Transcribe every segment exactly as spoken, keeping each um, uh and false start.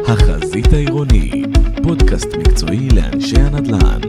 החזית העירונית, פודקאסט מקצועי לאנשי הנדל"ן.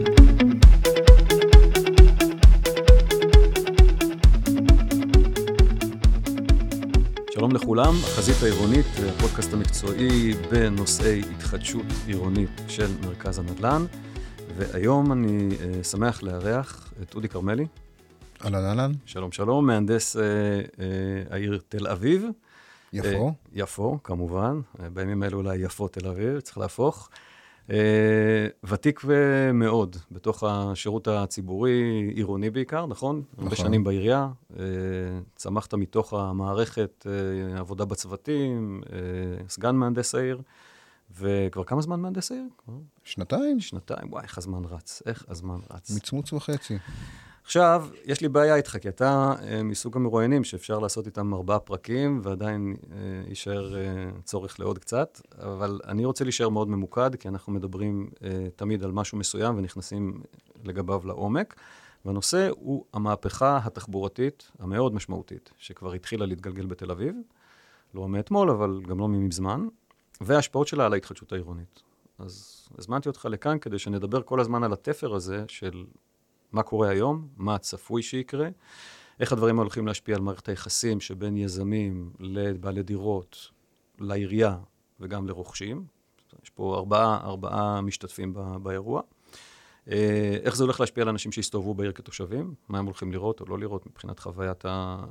שלום לכולם, החזית העירונית, הפודקאסט המקצועי בנושאי התחדשות עירונית של מרכז הנדל"ן. והיום אני uh, שמח לארח את אודי קרמלי. אהלן אהלן. שלום שלום, מהנדס uh, uh, העיר תל אביב. יפו. Uh, יפו, כמובן. Uh, בימים האלו אולי יפו תל אביב, צריך להפוך. Uh, ותיק ומאוד בתוך השירות הציבורי, עירוני בעיקר, נכון? נכון. הרבה שנים בעירייה. Uh, צמחת מתוך המערכת uh, עבודה בצוותים, uh, סגן מהנדס העיר. וכבר כמה זמן מהנדס העיר? שנתיים. שנתיים, וואי, איך הזמן רץ, איך הזמן רץ. מצמוץ וחצי. עכשיו, יש לי בעיה איתך, כי אתה אה, מסוג המרואיינים שאפשר לעשות איתם ארבעה פרקים, ועדיין אה, יישאר אה, צורך לעוד קצת, אבל אני רוצה להישאר מאוד ממוקד, כי אנחנו מדברים אה, תמיד על משהו מסוים, ונכנסים לגביו לעומק, והנושא הוא המהפכה התחבורתית המאוד משמעותית, שכבר התחילה להתגלגל בתל אביב, לא מאתמול, אבל גם לא מזמן, וההשפעות שלה על ההתחדשות העירונית. אז הזמנתי אותך לכאן כדי שנדבר כל הזמן על התפר הזה של מה קורה היום, מה הצפוי שיקרה, איך הדברים הולכים להשפיע על מערכת היחסים שבין יזמים לבעלי דירות, לעירייה וגם לרוכשים. יש פה ארבעה, ארבעה משתתפים באירוע. איך זה הולך להשפיע על אנשים שהסתובבו בעיר כתושבים, מה הם הולכים לראות או לא לראות מבחינת חוויית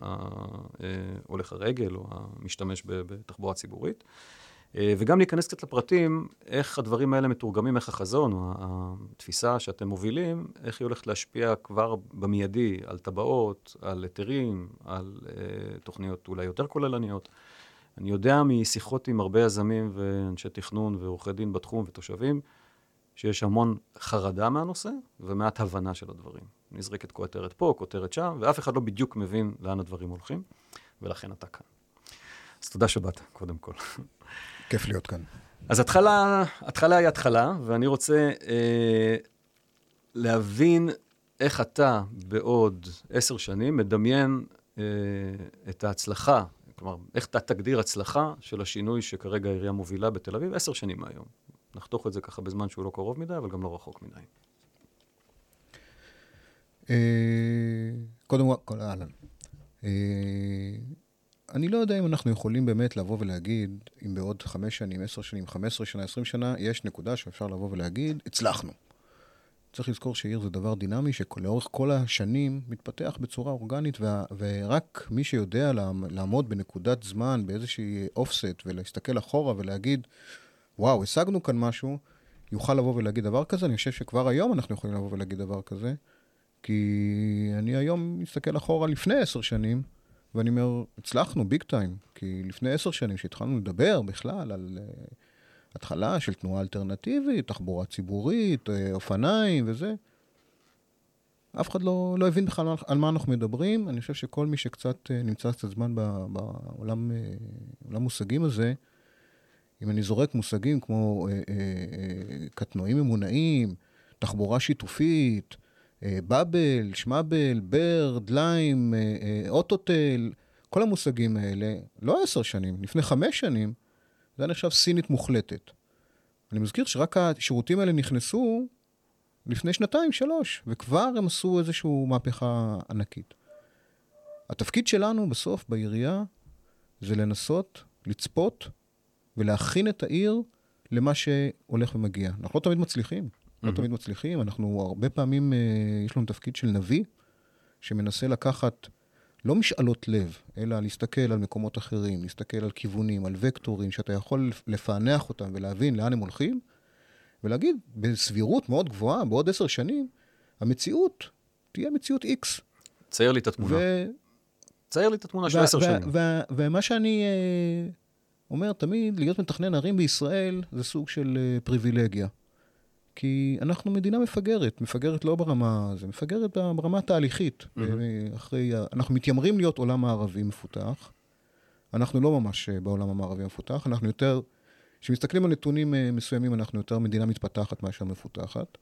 הולך הרגל או המשתמש בתחבורה ציבורית. וגם להיכנס קצת לפרטים, איך הדברים האלה מתורגמים, איך החזון, או התפיסה שאתם מובילים, איך היא הולכת להשפיע כבר במיידי על טבעות, על היתרים, על uh, תוכניות אולי יותר כוללניות. אני יודע משיחות עם הרבה יזמים ואנשי תכנון ועורכי דין בתחום ותושבים, שיש המון חרדה מהנושא ומעט הבנה של הדברים. נזרקת כותרת פה, כותרת שם, ואף אחד לא בדיוק מבין לאן הדברים הולכים, ולכן אתה כאן. אז תודה שבאת, קודם כל. כיף להיות כאן. אז התחלה, התחלה היא התחלה, ואני רוצה אה, להבין איך אתה בעוד עשר שנים מדמיין אה, את ההצלחה, כלומר, איך אתה תגדיר הצלחה של השינוי שכרגע העירייה מובילה בתל אביב, עשר שנים מהיום. נחתוך את זה ככה בזמן שהוא לא קרוב מדי, אבל גם לא רחוק מדי. אה, קודם כל, אהלן. אה... אני לא יודע אם אנחנו יכולים באמת לבוא ולהגיד, אם בעוד חמש שנים, עשר שנים, חמש עשרה שנה, עשרים שנה, יש נקודה שאפשר לבוא ולהגיד, הצלחנו. צריך לזכור שעיר זה דבר דינמי, שלאורך כל השנים מתפתח בצורה אורגנית, וה, ורק מי שיודע לעמוד בנקודת זמן, באיזושהי אופסט, ולהסתכל אחורה ולהגיד, וואו, השגנו כאן משהו, יוכל לבוא ולהגיד דבר כזה. אני חושב שכבר היום אנחנו יכולים לבוא ולהגיד דבר כזה, כי אני היום מסתכל אחורה לפני עשר שנים, ואני אומר, הצלחנו ביג טיים, כי לפני עשר שנים שהתחלנו לדבר בכלל על uh, התחלה של תנועה אלטרנטיבית, תחבורה ציבורית, uh, אופניים וזה, אף אחד לא, לא הבין בכלל על מה אנחנו מדברים. אני חושב שכל מי שקצת uh, נמצא קצת זמן בעולם uh, עולם מושגים הזה, אם אני זורק מושגים כמו uh, uh, uh, קטנועים ממונעים, תחבורה שיתופית, בבל, שמבל, ברד, ליים, אוטוטל, כל המושגים האלה, לא עשר שנים, לפני חמש שנים, זה נחשב סינית מוחלטת. אני מזכיר שרק השירותים האלה נכנסו לפני שנתיים, שלוש, וכבר הם עשו איזושהי מהפכה ענקית. התפקיד שלנו בסוף בעירייה זה לנסות, לצפות ולהכין את העיר למה שהולך ומגיע. אנחנו לא תמיד מצליחים. לא תמיד מצליחים, אנחנו הרבה פעמים, יש לנו תפקיד של נביא, שמנסה לקחת לא משאלות לב, אלא להסתכל על מקומות אחרים, להסתכל על כיוונים, על וקטורים, שאתה יכול לפענח אותם ולהבין לאן הם הולכים, ולהגיד, בסבירות מאוד גבוהה, בעוד עשר שנים, המציאות תהיה מציאות X. צייר לי את התמונה. ו... צייר לי את התמונה של עשר שנים. ומה שאני אומר תמיד, להיות מתכנן ערים בישראל, זה סוג של פריבילגיה. כי אנחנו מדינה מפגרת, מפגרת לא ברמה, זה מפגרת ברמה התהליכית. Mm-hmm. אחרי, אנחנו מתיימרים להיות עולם הערבי מפותח, אנחנו לא ממש בעולם המערבי המפותח, אנחנו יותר, כשמסתכלים על נתונים מסוימים, אנחנו יותר מדינה מתפתחת מאשר מפותחת,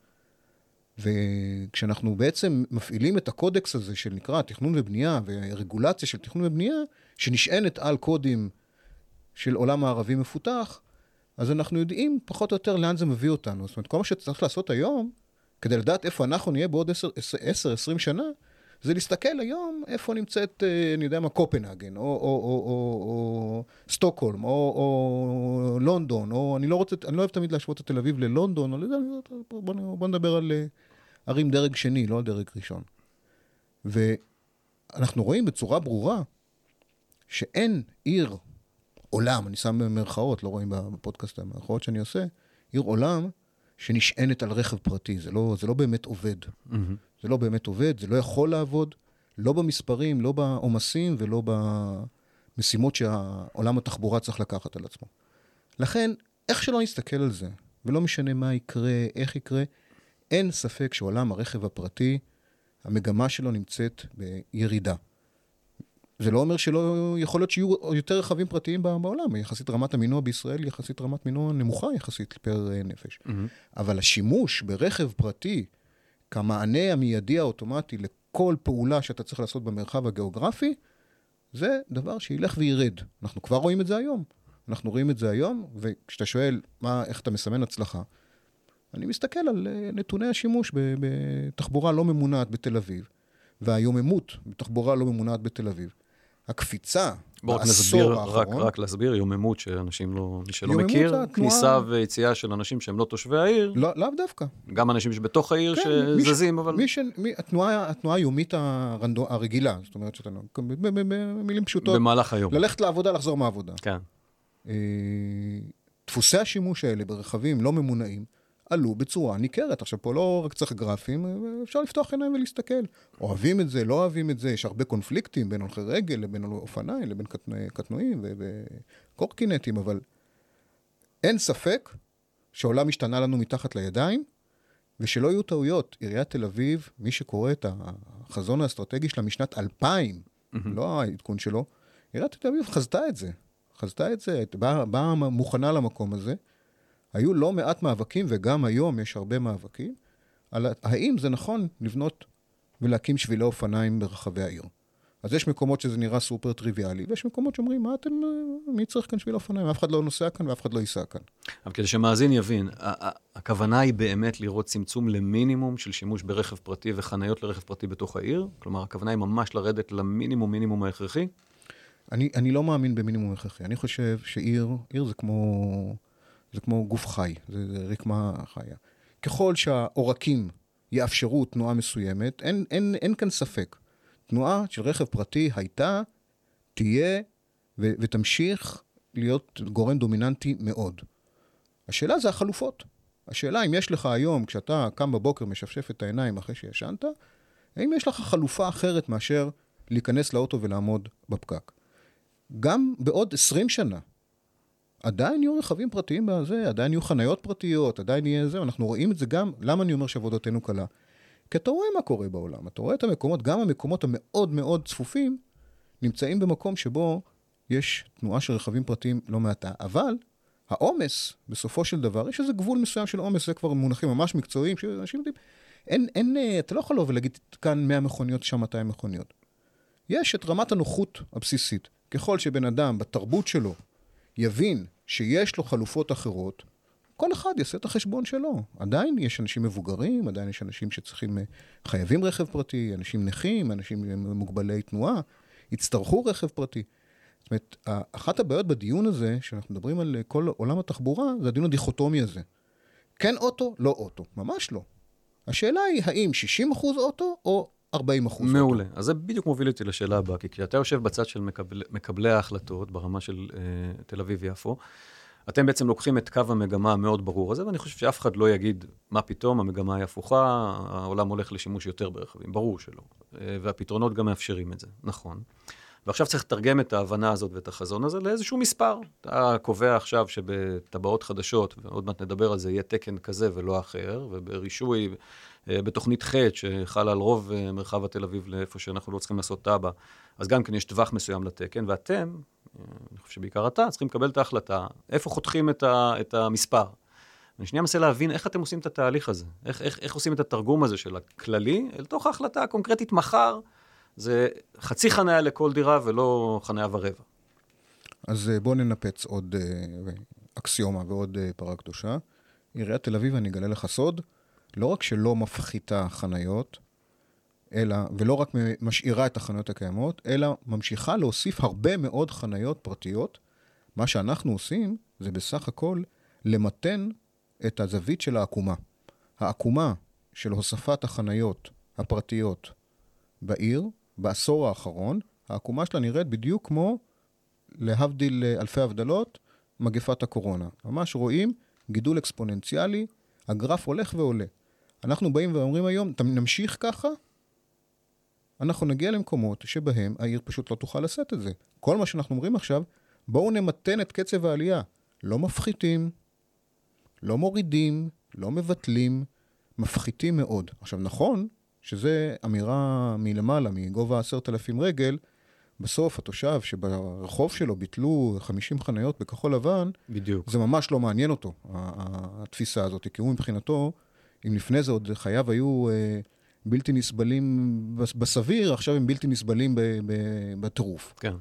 וכשאנחנו בעצם מפעילים את הקודקס הזה של נקרא תכנון ובנייה, ורגולציה של תכנון ובנייה, שנשענת על קודים של עולם הערבי מפותח, אז אנחנו יודעים פחות או יותר לאן זה מביא אותנו. זאת אומרת, כל מה שצריך לעשות היום, כדי לדעת איפה אנחנו נהיה בעוד עשר עשרים שנה, זה להסתכל היום איפה נמצאת, אני יודע מה, קופנהגן, או, או, או, או, או סטוקהולם, או, או לונדון, או אני לא רוצה, אני לא אוהב תמיד להשוות את תל אביב ללונדון, או, בוא, בוא נדבר על ערים דרג שני, לא על דרג ראשון. ואנחנו רואים בצורה ברורה, שאין עיר עולם, אני שם במרכאות, לא רואים בפודקאסט המרכאות שאני עושה, עיר עולם שנשענת על רכב פרטי, זה לא, זה לא באמת עובד. Mm-hmm. זה לא באמת עובד, זה לא יכול לעבוד, לא במספרים, לא בעומסים ולא במשימות שהעולם התחבורה צריך לקחת על עצמו. לכן, איך שלא נסתכל על זה, ולא משנה מה יקרה, איך יקרה, אין ספק שעולם הרכב הפרטי, המגמה שלו נמצאת בירידה. זה לא אומר שלא יכול להיות שיהיו יותר רכבים פרטיים בעולם, יחסית רמת המינוע בישראל, יחסית רמת מינוע נמוכה יחסית פר נפש. Mm-hmm. אבל השימוש ברכב פרטי, כמענה המיידי האוטומטי לכל פעולה שאתה צריך לעשות במרחב הגיאוגרפי, זה דבר שילך וירד. אנחנו כבר רואים את זה היום. אנחנו רואים את זה היום, וכשאתה שואל מה, איך אתה מסמן הצלחה, אני מסתכל על נתוני השימוש בתחבורה לא ממונעת בתל אביב, והיוממות בתחבורה לא ממונעת בתל אביב. הקפיצה בעשור האחרון... רק, רק להסביר, יוממות שאנשים לא, מי שלא מכיר, כניסה ויציאה של אנשים שהם לא תושבי העיר. לא, לאו דווקא. גם אנשים שבתוך העיר כן, שזזים, מי ש, אבל... מי ש, מי, התנועה, התנועה היומית הרנדו, הרגילה, זאת אומרת שאתה לא... במילים פשוטות... במהלך היום. ללכת לעבודה, לחזור מהעבודה. כן. דפוסי השימוש האלה ברכבים לא ממונעים, עלו בצורה ניכרת. עכשיו, פה לא רק צריך גרפים, אפשר לפתוח עיניים ולהסתכל. אוהבים את זה, לא אוהבים את זה, יש הרבה קונפליקטים בין הולכי רגל, לבין אופניים, לבין קטנועים וקורקינטים, אבל אין ספק שהעולם השתנה לנו מתחת לידיים, ושלא יהיו טעויות. עיריית תל אביב, מי שקורא את החזון האסטרטגי שלה משנת אלפיים, לא העדכון שלו, עיריית תל אביב חזתה את זה. חזתה את זה, באה, באה מוכנה למקום הזה, היו לא מעט מאבקים, וגם היום יש הרבה מאבקים, על האם זה נכון לבנות ולהקים שבילי אופניים ברחבי העיר. אז יש מקומות שזה נראה סופר טריוויאלי, ויש מקומות שאומרים, מה אתם, מי צריך כאן שביל אופניים? אף אחד לא נוסע כאן ואף אחד לא ייסע כאן. אבל כדי שמאזין יבין, הכוונה היא באמת לראות צמצום למינימום של שימוש ברכב פרטי וחניות לרכב פרטי בתוך העיר? כלומר, הכוונה היא ממש לרדת למינימום מינימום ההכרחי? אני, אני לא מאמין במינימום הכרחי. אני חושב שעיר, עיר זה כמו... זה כמו גוף חי, זה, זה רקמה חיה. ככל שהעורקים יאפשרו תנועה מסוימת, אין, אין, אין כאן ספק. תנועה של רכב פרטי הייתה, תהיה ו, ותמשיך להיות גורם דומיננטי מאוד. השאלה זה החלופות. השאלה אם יש לך היום, כשאתה קם בבוקר משפשף את העיניים אחרי שישנת, האם יש לך חלופה אחרת מאשר להיכנס לאוטו ולעמוד בפקק. גם בעוד עשרים שנה, עדיין יהיו רכבים פרטיים בזה, עדיין יהיו חניות פרטיות, עדיין יהיה זה, אנחנו רואים את זה גם, למה אני אומר שעבודתנו קלה? כי אתה רואה מה קורה בעולם, אתה רואה את המקומות, גם המקומות המאוד מאוד צפופים, נמצאים במקום שבו יש תנועה של רכבים פרטיים לא מעטה, אבל העומס, בסופו של דבר, יש איזה גבול מסוים של עומס, זה כבר מונחים ממש מקצועיים, שאנשים יודעים, אין, אין, אתה לא יכול לבוא ולהגיד כאן מאה מכוניות, שם מאתיים מכוניות. יש את רמת הנוחות הבסיסית, ככל שבן אדם בתרבות שלו יבין שיש לו חלופות אחרות, כל אחד יעשה את החשבון שלו. עדיין יש אנשים מבוגרים, עדיין יש אנשים שצריכים, חייבים רכב פרטי, אנשים נכים, אנשים מוגבלי תנועה, יצטרכו רכב פרטי. זאת אומרת, אחת הבעיות בדיון הזה, שאנחנו מדברים על כל עולם התחבורה, זה הדיון הדיכוטומי הזה. כן אוטו, לא אוטו. ממש לא. השאלה היא, האם שישים אחוז אוטו או ארבעים אחוז אוטו? מעולה. אז זה בדיוק מוביל אותי לשאלה הבאה, כי כשאתה יושב בצד של מקבל, מקבלי ההחלטות, ברמה של אה, תל אביב יפו, אתם בעצם לוקחים את קו המגמה המאוד ברור הזה, ואני חושב שאף אחד לא יגיד מה פתאום, המגמה היא הפוכה, העולם הולך לשימוש יותר ברכבים, ברור שלא. והפתרונות גם מאפשרים את זה, נכון. ועכשיו צריך לתרגם את ההבנה הזאת ואת החזון הזה לאיזשהו מספר. אתה קובע עכשיו שבטבעות חדשות, ועוד מעט נדבר על זה, יהיה תקן כזה ולא אחר, וברישוי, בתוכנית ח' שחלה על רוב מרחב התל אביב לאיפה שאנחנו לא צריכים לעשות טאבה, אז גם כן יש טווח מסוים לתקן, ואתם, אני חושב שבעיקר אתה, צריכים לקבל את ההחלטה, איפה חותכים את, ה, את המספר. אני שנייה מנסה להבין איך אתם עושים את התהליך הזה, איך, איך, איך עושים את התרגום הזה של הכללי, אל תוך ההחלטה הקונקרטית מחר, זה חצי חניה לכל דירה ולא חניה ורבע. אז בואו ננפץ עוד, אקסיומה ועוד פרה קדושה. עיריית תל אביב, אני אגלה לך סוד, לא רק שלא מפחיתה חניות, אלא, ולא רק משאירה את החניות הקיימות, אלא ממשיכה להוסיף הרבה מאוד חניות פרטיות. מה שאנחנו עושים, זה בסך הכל למתן את הזווית של העקומה. העקומה של הוספת החניות הפרטיות בעיר, בעשור האחרון, העקומה שלה נראית בדיוק כמו, להבדיל אלפי הבדלות, מגפת הקורונה. ממש רואים גידול אקספוננציאלי, הגרף הולך ועולה. אנחנו באים ואומרים היום, נמשיך ככה, אנחנו נגיע למקומות שבהם העיר פשוט לא תוכל לשאת את זה. כל מה שאנחנו אומרים עכשיו, בואו נמתן את קצב העלייה. לא מפחיתים, לא מורידים, לא מבטלים, מפחיתים מאוד. עכשיו נכון, שזה אמירה מלמעלה, מגובה עשרת אלפים רגל, בסוף התושב שברחוב שלו ביטלו חמישים חניות בכחול לבן, בדיוק. זה ממש לא מעניין אותו, התפיסה הזאת, כי הוא מבחינתו, אם לפני זה עוד חייו היו בלתי נסבלים בסביר, עכשיו הם בלתי נסבלים בטירוף. כן.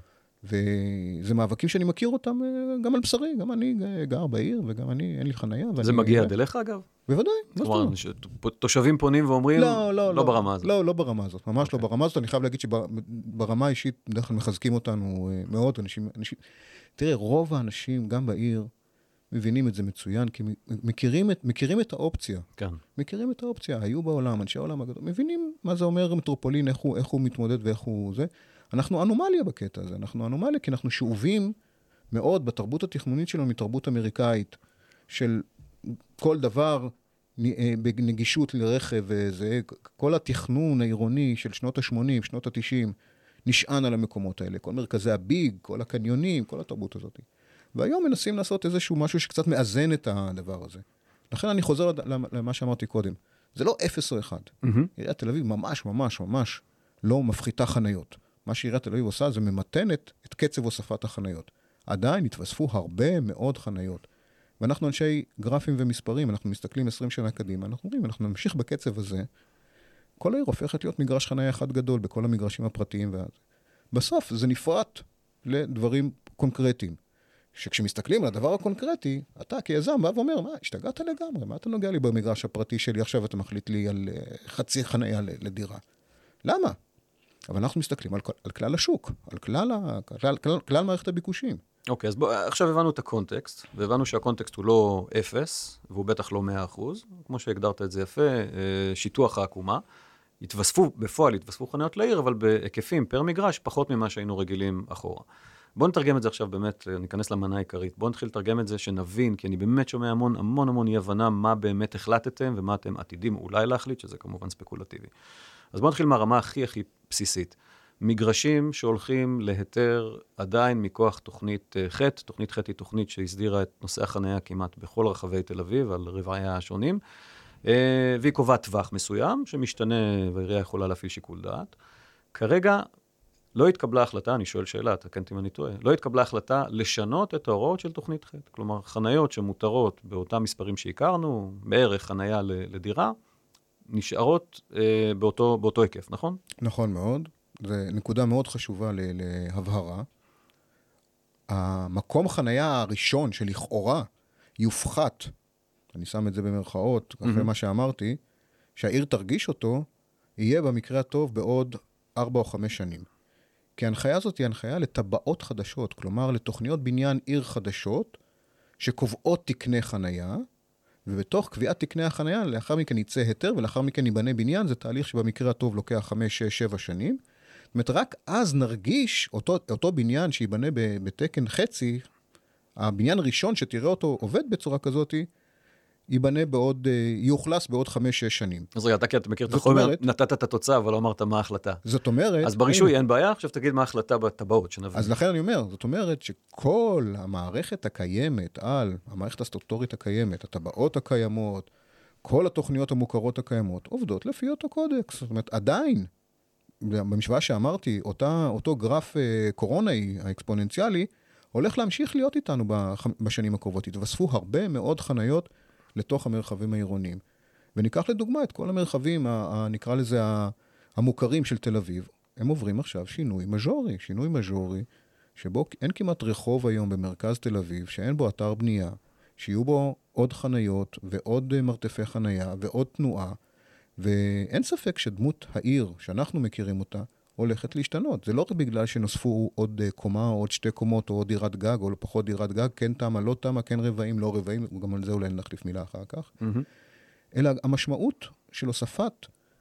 וזה מאבקים שאני מכיר אותם גם על בשרי, גם אני גר בעיר, וגם אני, אין לי חנייה. זה מגיע עד אליך אגב? בוודאי, מה זאת אומרת? תושבים פונים ואומרים, לא, לא, לא ברמה הזאת. לא, לא ברמה הזאת, ממש לא ברמה הזאת. אני חייב להגיד שברמה האישית, בדרך כלל מחזקים אותנו מאוד, אנשים, אנשים, תראה, רוב האנשים, גם בעיר, מבינים את זה מצוין, כי מכירים את, מכירים את האופציה. כן. מכירים את האופציה, היו בעולם, אנשי העולם הגדול, מבינים מה זה אומר מטרופולין, איך הוא, איך הוא מתמודד ואיך הוא זה. אנחנו אנומליה בקטע הזה, אנחנו אנומליה, כי אנחנו שאובים מאוד בתרבות התכנונית שלנו, מתרבות אמריקאית, של כל דבר בנגישות לרכב, וזה, כל התכנון העירוני של שנות ה-שמונים, שנות ה-תשעים, נשען על המקומות האלה, כל מרכזי הביג, כל הקניונים, כל התרבות הזאת. והיום מנסים לעשות איזשהו משהו שקצת מאזן את הדבר הזה. לכן אני חוזר למה שאמרתי קודם. זה לא אפס או אחד. עיריית תל אביב ממש, ממש, ממש לא מפחיתה חניות. מה שעיריית תל אביב עושה זה ממתנת את קצב הוספת החניות. עדיין התווספו הרבה מאוד חניות. ואנחנו אנשי גרפים ומספרים, אנחנו מסתכלים עשרים שנה קדימה, אנחנו אומרים, אנחנו נמשיך בקצב הזה. כל העיר הופכת להיות מגרש חניה אחד גדול בכל המגרשים הפרטיים. ואז. בסוף זה נפרט לדברים קונקרטיים. שכשמסתכלים על הדבר הקונקרטי, אתה כיזם בא ואומר, מה, השתגעת לגמרי, מה אתה נוגע לי במגרש הפרטי שלי, עכשיו אתה מחליט לי על חצי חניה לדירה. למה? אבל אנחנו מסתכלים על, על כלל השוק, על כלל, כלל, כלל, כלל מערכת הביקושים. אוקיי, אז בוא, עכשיו הבנו את הקונטקסט, והבנו שהקונטקסט הוא לא אפס, והוא בטח לא מאה אחוז, כמו שהגדרת את זה יפה, שיתוח העקומה. התווספו, בפועל התווספו חניות לעיר, אבל בהיקפים פר מגרש, פחות ממה שהיינו רגילים אחורה. בואו נתרגם את זה עכשיו באמת, ניכנס למנה העיקרית. בואו נתחיל לתרגם את זה שנבין, כי אני באמת שומע המון המון המון אי הבנה מה באמת החלטתם ומה אתם עתידים אולי להחליט, שזה כמובן ספקולטיבי. אז בואו נתחיל מהרמה הכי הכי בסיסית. מגרשים שהולכים להיתר עדיין מכוח תוכנית ח', תוכנית ח' היא תוכנית שהסדירה את נושא החניה כמעט בכל רחבי תל אביב, על רבעיה השונים, והיא קובעת טווח מסוים שמשתנה והעירייה יכולה להפעיל שיקול דעת. כרגע לא התקבלה החלטה, אני שואל שאלה, תקנתי אם אני טועה, לא התקבלה החלטה לשנות את ההוראות של תוכנית ח'. כלומר, חניות שמותרות באותם מספרים שהכרנו, בערך חניה לדירה, נשארות אה, באותו, באותו היקף, נכון? נכון מאוד. זו נקודה מאוד חשובה להבהרה. המקום חניה הראשון שלכאורה יופחת, אני שם את זה במרכאות, אחרי mm-hmm. מה שאמרתי, שהעיר תרגיש אותו, יהיה במקרה הטוב בעוד ארבע או חמש שנים. כי ההנחיה הזאת היא הנחיה לטבעות חדשות, כלומר לתוכניות בניין עיר חדשות, שקובעות תקני חניה, ובתוך קביעת תקני החניה, לאחר מכן יצא היתר, ולאחר מכן ייבנה בניין, זה תהליך שבמקרה הטוב לוקח חמש, שש, שבע שנים. זאת אומרת, רק אז נרגיש אותו, אותו בניין שיבנה בתקן חצי, הבניין הראשון שתראה אותו עובד בצורה כזאת, ייבנה בעוד, יאוכלס בעוד חמש, שש שנים. אז רגע, אתה כי אתה מכיר את החומר, אומרת, נתת את התוצאה, אבל לא אמרת מה ההחלטה. זאת אומרת... אז ברישוי אין בעיה, עכשיו תגיד מה ההחלטה בטבעות, שנבין. אז לכן אני אומר, זאת אומרת שכל המערכת הקיימת על, המערכת הסטטוטורית הקיימת, הטבעות הקיימות, כל התוכניות המוכרות הקיימות, עובדות לפי אותו קודקס. זאת אומרת, עדיין, במשוואה שאמרתי, אותה, אותו גרף קורונאי, האקספוננציאלי, הולך להמשיך להיות איתנו בשנים הקרובות. התווספו הרבה מאוד חניות לתוך המרחבים העירוניים. וניקח לדוגמה את כל המרחבים, נקרא לזה המוכרים של תל אביב, הם עוברים עכשיו שינוי מז'ורי, שינוי מז'ורי, שבו אין כמעט רחוב היום במרכז תל אביב, שאין בו אתר בנייה, שיהיו בו עוד חניות ועוד מרתפי חניה ועוד תנועה, ואין ספק שדמות העיר שאנחנו מכירים אותה, הולכת להשתנות. זה לא רק בגלל שנוספו עוד קומה או עוד שתי קומות או עוד דירת גג או פחות דירת גג, כן תמה, לא תמה, כן רבעים, לא רבעים, גם על זה אולי נחליף מילה אחר כך. Mm-hmm. אלא המשמעות של הוספת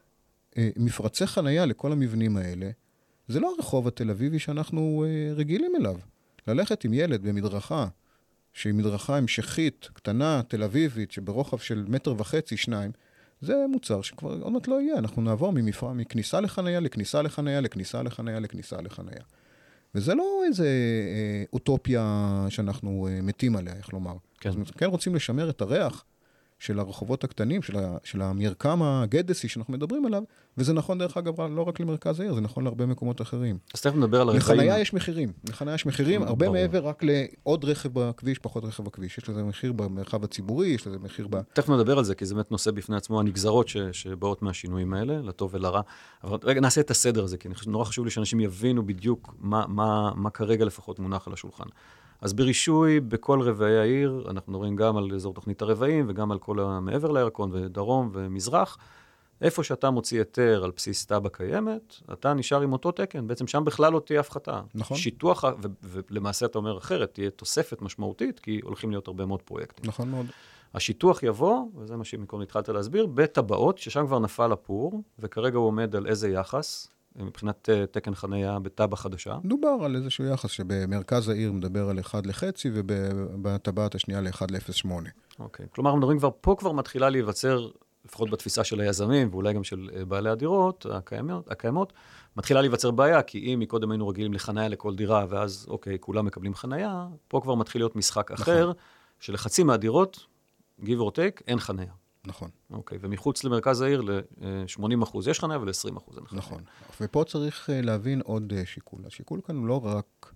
אה, מפרצי חנייה לכל המבנים האלה, זה לא הרחוב התל אביבי שאנחנו אה, רגילים אליו. ללכת עם ילד במדרכה, שהיא מדרכה המשכית, קטנה, תל אביבית, שברוחב של מטר וחצי, שניים, זה מוצר שכבר עוד לא יהיה. אנחנו נעבור ממפרע, מכניסה לחנייה, לכניסה לחנייה, לכניסה לחנייה, לכניסה לחנייה. וזה לא איזה אה, אוטופיה שאנחנו אה, מתים עליה, איך לומר. כן. אז כן רוצים לשמר את הריח של הרחובות הקטנים, של, ה, של המרקם הגדסי שאנחנו מדברים עליו, וזה נכון דרך אגב לא רק למרכז העיר, זה נכון להרבה מקומות אחרים. אז תכף נדבר על הרבעים. לחנייה יש מחירים, לחנייה יש מחירים, הרבה ברור. מעבר רק לעוד רכב בכביש, פחות רכב בכביש. יש לזה מחיר במרחב הציבורי, יש לזה מחיר ב... תכף נדבר על זה, כי זה באמת נושא בפני עצמו, הנגזרות ש, שבאות מהשינויים האלה, לטוב ולרע. אבל רגע, נעשה את הסדר הזה, כי נורא חשוב לי שאנשים יבינו בדיוק מה, מה, מה כרגע לפחות מונח על השולחן. אז ברישוי, בכל רבעי העיר, אנחנו מדברים גם על אזור תוכנית הרבעים, וגם על כל המעבר לירקון, ודרום ומזרח. איפה שאתה מוציא היתר על בסיס תב"ע קיימת, אתה נשאר עם אותו תקן. בעצם שם בכלל לא תהיה הפחתה. נכון. שיטוח, ו- ולמעשה אתה אומר אחרת, תהיה תוספת משמעותית, כי הולכים להיות הרבה מאוד פרויקטים. נכון מאוד. השיטוח יבוא, וזה מה שמקום התחלת להסביר, בטבעות, ששם כבר נפל הפור, וכרגע הוא עומד על איזה יחס, מבחינת תקן חניה בטבע חדשה. דובר על איזשהו יחס שבמרכז העיר מדבר על אחד לחצי, ובטבעת השנייה ל-אחד נקודה אפס שמונה. אוקיי. כלומר, מדברים כבר, פה כבר מתחילה להיווצר, לפחות בתפיסה של היזמים, ואולי גם של בעלי הדירות הקיימות, הקיימות, מתחילה להיווצר בעיה, כי אם מקודם היינו רגילים לחניה לכל דירה, ואז, אוקיי, כולם מקבלים חניה, פה כבר מתחיל להיות משחק אחר, שלחצי מהדירות, give or take, אין חניה. נכון. אוקיי, ומחוץ למרכז העיר, ל-שמונים אחוז יש חניה ול-עשרים אחוז אין חניה. נכון. ופה צריך להבין עוד שיקול. השיקול כאן הוא לא רק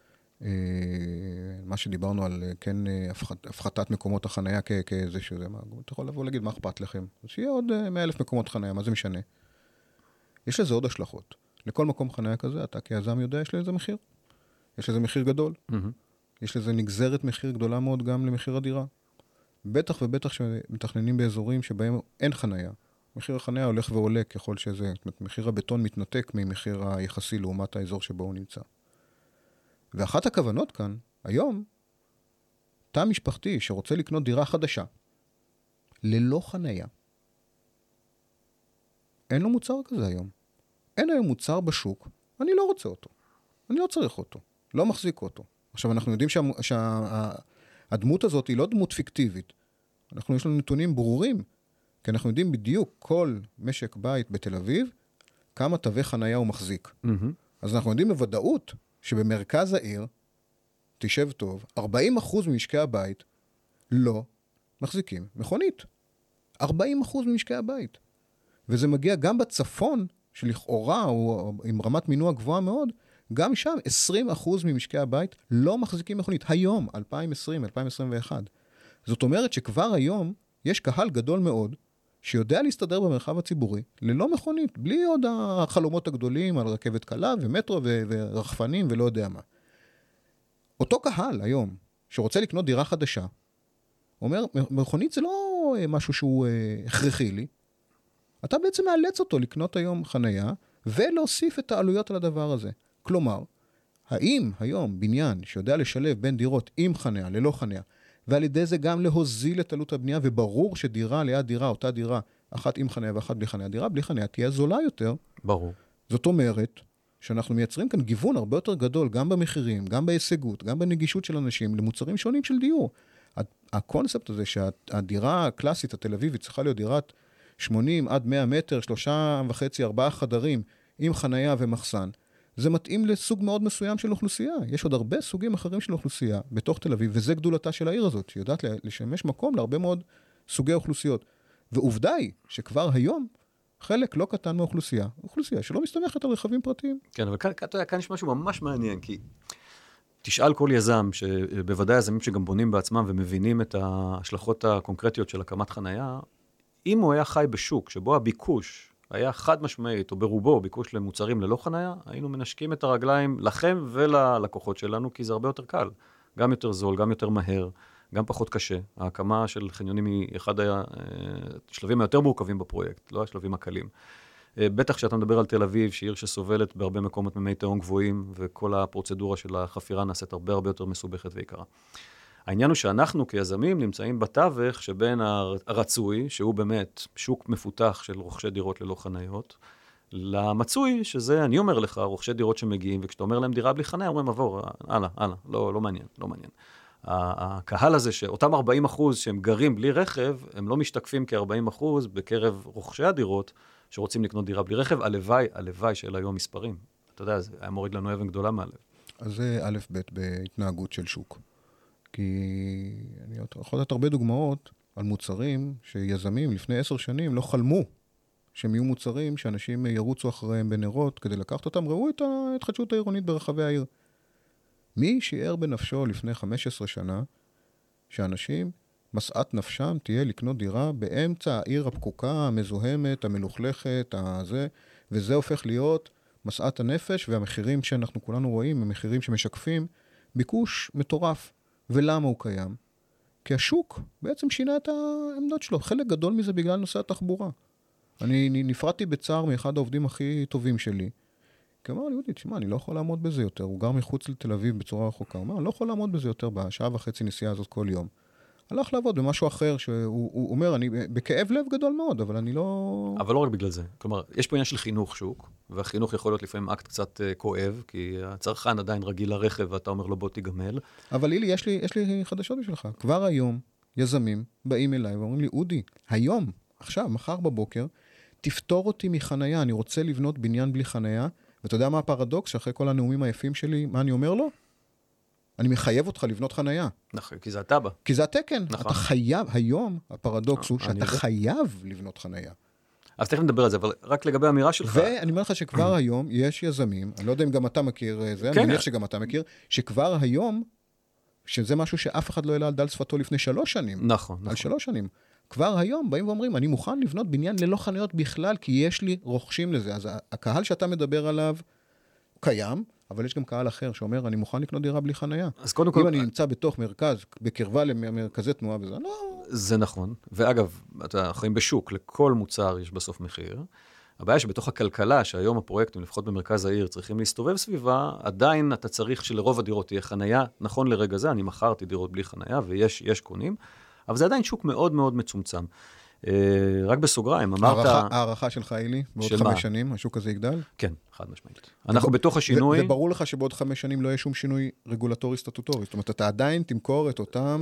מה שדיברנו על, כן, הפחתת מקומות החניה כאיזה שזה, אתה יכול לבוא להגיד, מה אכפת לכם? אז שיהיה עוד מאה אלף מקומות חניה, מה זה משנה? יש לזה עוד השלכות. לכל מקום חניה כזה, אתה כיזם יודע, יש לזה מחיר. יש לזה מחיר גדול. יש לזה נגזרת מחיר גדולה מאוד גם למחיר הדירה. בטח ובטח שמתכננים באזורים שבהם אין חניה. מחיר החניה הולך ועולה ככל שזה, מחיר הבטון מתנתק ממחיר היחסי לעומת האזור שבו הוא נמצא. ואחת הכוונות כאן, היום, תא משפחתי שרוצה לקנות דירה חדשה, ללא חניה, אין לו מוצר כזה היום. אין היום מוצר בשוק, אני לא רוצה אותו. אני לא צריך אותו, לא מחזיק אותו. עכשיו, אנחנו יודעים שה... שה... הדמות הזאת היא לא דמות פיקטיבית. אנחנו יש לנו נתונים ברורים, כי אנחנו יודעים בדיוק כל משק בית בתל אביב, כמה תווי חנייה הוא מחזיק. Mm-hmm. אז אנחנו יודעים בוודאות שבמרכז העיר, תשב טוב, ארבעים אחוז ממשקי הבית לא מחזיקים מכונית. ארבעים אחוז ממשקי הבית. וזה מגיע גם בצפון, שלכאורה הוא עם רמת מינוע גבוהה מאוד, גם שם עשרים אחוז ממשקי הבית לא מחזיקים מכונית. היום, אלפיים עשרים, אלפיים עשרים ואחת. זאת אומרת שכבר היום יש קהל גדול מאוד שיודע להסתדר במרחב הציבורי ללא מכונית, בלי עוד החלומות הגדולים על רכבת קלה ומטרו ו- ורחפנים ולא יודע מה. אותו קהל היום שרוצה לקנות דירה חדשה, אומר, מכונית זה לא משהו שהוא הכרחי לי, אתה בעצם מאלץ אותו לקנות היום חנייה ולהוסיף את העלויות על הדבר הזה. כלומר, האם היום בניין שיודע לשלב בין דירות עם חניה, ללא חניה, ועל ידי זה גם להוזיל את עלות הבנייה, וברור שדירה ליד דירה, אותה דירה, אחת עם חניה ואחת בלי חניה, דירה בלי חניה תהיה זולה יותר. ברור. זאת אומרת, שאנחנו מייצרים כאן גיוון הרבה יותר גדול, גם במחירים, גם בהישגות, גם בנגישות של אנשים, למוצרים שונים של דיור. הקונספט הזה שהדירה הקלאסית התל אביבית צריכה להיות דירת שמונים עד מאה מטר, שלושה וחצי, ארבעה חדרים, עם חניה ומחסן, זה מתאים לסוג מאוד מסוים של אוכלוסייה. יש עוד הרבה סוגים אחרים של אוכלוסייה בתוך תל אביב, וזה גדולתה של העיר הזאת, שיודעת לשמש מקום להרבה מאוד סוגי אוכלוסיות. ועובדה היא שכבר היום חלק לא קטן מהאוכלוסייה, אוכלוסייה שלא מסתמכת על רכבים פרטיים. כן, אבל כאן, כאן, כאן יש משהו ממש מעניין, כי תשאל כל יזם, שבוודאי יזמים שגם בונים בעצמם ומבינים את ההשלכות הקונקרטיות של הקמת חנייה, אם הוא היה חי בשוק שבו הביקוש היה חד משמעית, או ברובו, ביקוש למוצרים ללא חנייה, היינו מנשקים את הרגליים לכם וללקוחות שלנו, כי זה הרבה יותר קל. גם יותר זול, גם יותר מהר, גם פחות קשה. ההקמה של חניונים היא אחד השלבים היותר מורכבים בפרויקט, לא השלבים הקלים. בטח שאתה מדבר על תל אביב, שהיא עיר שסובלת בהרבה מקומות ממי תהום גבוהים, וכל הפרוצדורה של החפירה נעשית הרבה הרבה יותר מסובכת ויקרה. העניין הוא שאנחנו כיזמים נמצאים בתווך שבין הרצוי, שהוא באמת שוק מפותח של רוכשי דירות ללא חניות, למצוי, שזה, אני אומר לך, רוכשי דירות שמגיעים, וכשאתה אומר להם דירה בלי חניה, אומרים, עבור, הלאה, הלאה, לא, לא מעניין, לא מעניין. הקהל הזה, שאותם ארבעים אחוז שהם גרים בלי רכב, הם לא משתקפים כ-ארבעים אחוז בקרב רוכשי הדירות, שרוצים לקנות דירה בלי רכב, הלוואי, הלוואי שאלה היו מספרים. אתה יודע, זה היה מוריד לנו אבן גדולה מהלב. אז זה א' ב' בהתנהגות של שוק. כי אני יכול לתת הרבה דוגמאות על מוצרים שיזמים לפני עשר שנים לא חלמו שהם יהיו מוצרים שאנשים ירוצו אחריהם בנרות כדי לקחת אותם. ראו את ההתחדשות העירונית ברחבי העיר. מי שיער בנפשו לפני חמש עשרה שנה שאנשים, משאת נפשם תהיה לקנות דירה באמצע העיר הפקוקה, המזוהמת, המלוכלכת, הזה, וזה הופך להיות משאת הנפש, והמחירים שאנחנו כולנו רואים, המחירים שמשקפים, ביקוש מטורף. ולמה הוא קיים? כי השוק בעצם שינה את העמדות שלו. חלק גדול מזה בגלל נושא התחבורה. אני נפרדתי בצער מאחד העובדים הכי טובים שלי. כי אמר לי, יהודי, תשמע, אני לא יכול לעמוד בזה יותר. הוא גר מחוץ לתל אביב בצורה רחוקה. הוא אמר, אני לא יכול לעמוד בזה יותר בשעה וחצי נסיעה הזאת כל יום. הלך לעבוד במשהו אחר, שהוא הוא אומר, אני בכאב לב גדול מאוד, אבל אני לא... אבל לא רק בגלל זה. כלומר, יש פה עניין של חינוך שוק, והחינוך יכול להיות לפעמים אקט קצת uh, כואב, כי הצרכן עדיין רגיל לרכב, ואתה אומר לו, בוא תיגמל. אבל לילי, יש לי, יש לי חדשות בשבילך. כבר היום, יזמים באים אליי ואומרים לי, אודי, היום, עכשיו, מחר בבוקר, תפתור אותי מחנייה, אני רוצה לבנות בניין בלי חנייה, ואתה יודע מה הפרדוקס, שאחרי כל הנאומים היפים שלי, מה אני אומר לו? אני מחייב אותך לבנות חנייה. נכון, כי זה אתה בה. כי זה התקן. נכון. אתה חייב, היום הפרדוקס הוא שאתה יודע. חייב לבנות חנייה. אז תכף נדבר על זה, אבל רק לגבי האמירה שלך. ואני אומר לך שכבר היום יש יזמים, אני לא יודע אם גם אתה מכיר זה, אני מניח שגם אתה מכיר, שכבר היום, שזה משהו שאף אחד לא העלה על דל שפתו לפני שלוש שנים. נכון, נכון. על שלוש שנים. כבר היום באים ואומרים, אני מוכן לבנות בניין ללא חניות בכלל, כי יש לי רוכשים לזה. אז הקהל שאתה מדבר עליו קיים, אבל יש גם קהל אחר שאומר, אני מוכן לקנות דירה בלי חנייה. אז קודם כל... אם אני נמצא בתוך מרכז, בקרבה למרכזי תנועה וזה, לא... זה נכון. ואגב, אתה חיים בשוק, לכל מוצר יש בסוף מחיר. הבעיה שבתוך הכלכלה, שהיום הפרויקטים, לפחות במרכז העיר, צריכים להסתובב סביבה, עדיין אתה צריך שלרוב הדירות תהיה חנייה. נכון לרגע זה, אני מכרתי דירות בלי חנייה, ויש יש קונים, אבל זה עדיין שוק מאוד מאוד מצומצם. רק בסוגריים, אמרת... הערכה שלך, אילי, בעוד חמש שנים, השוק הזה יגדל? כן, חד משמעית. אנחנו בתוך השינוי... וברור לך שבעוד חמש שנים לא יהיה שום שינוי רגולטורי סטטוטורי. זאת אומרת, אתה עדיין תמכור את אותם...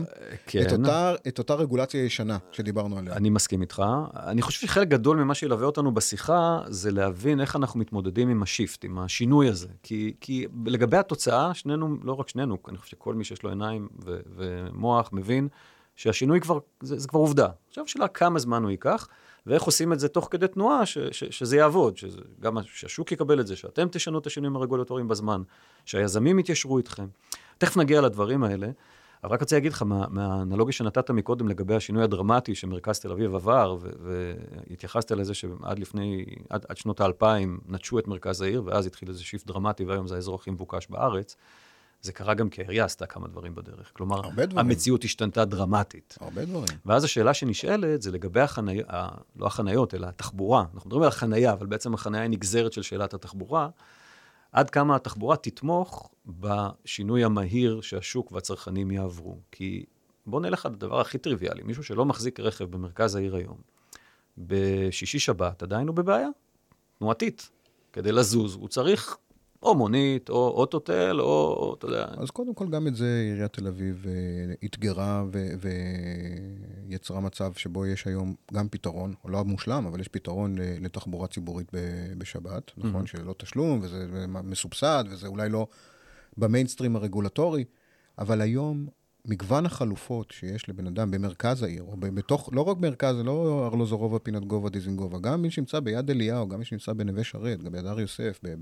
את אותה רגולציה ישנה שדיברנו עליה. אני מסכים איתך. אני חושב שחלק גדול ממה שילווה אותנו בשיחה, זה להבין איך אנחנו מתמודדים עם השיפט, עם השינוי הזה. כי לגבי התוצאה, שנינו, לא רק שנינו, אני חושב שכל מי שיש לו עיניים ומוח מבין שהשינוי כבר, זה, זה כבר עובדה. עכשיו שאלה כמה זמן הוא ייקח, ואיך עושים את זה תוך כדי תנועה, ש, ש, שזה יעבוד, שזה, גם שהשוק יקבל את זה, שאתם תשנו את השינויים הרגולטוריים בזמן, שהיזמים יתיישרו איתכם. תכף נגיע לדברים האלה, אבל רק רוצה להגיד לך, מה, מהאנלוגיה שנתת מקודם לגבי השינוי הדרמטי שמרכז תל אביב עבר, והתייחסת לזה שעד לפני, עד, עד שנות האלפיים נטשו את מרכז העיר, ואז התחיל איזה שיפט דרמטי, והיום זה האזור הכי מבוקש בארץ. זה קרה גם כי העירייה עשתה כמה דברים בדרך. כלומר, המציאות השתנתה דרמטית. הרבה דברים. ואז השאלה שנשאלת זה לגבי החניה, לא החניות, אלא התחבורה. אנחנו מדברים על החניה, אבל בעצם החניה היא נגזרת של שאלת התחבורה. עד כמה התחבורה תתמוך בשינוי המהיר שהשוק והצרכנים יעברו. כי בוא נלך על הדבר הכי טריוויאלי. מישהו שלא מחזיק רכב במרכז העיר היום, בשישי שבת עדיין הוא בבעיה. תנועתית. כדי לזוז, הוא צריך... או מונית, או אוטוטל, או, אתה יודע... אז קודם כל גם את זה עיריית תל אביב התגרה ויצרה מצב שבו יש היום גם פתרון, או לא מושלם, אבל יש פתרון לתחבורה ציבורית בשבת, נכון? שלא תשלום, וזה מסובסד, וזה אולי לא במיינסטרים הרגולטורי, אבל היום מגוון החלופות שיש לבן אדם במרכז העיר, או בתוך, לא רק מרכז, זה לא ארלוזורוב, פינת גובה, דיזינגובה, גם מי שנמצא ביד אליהו, גם מי שנמצא בנווה שרת, גם ביד הר יוסף, ב...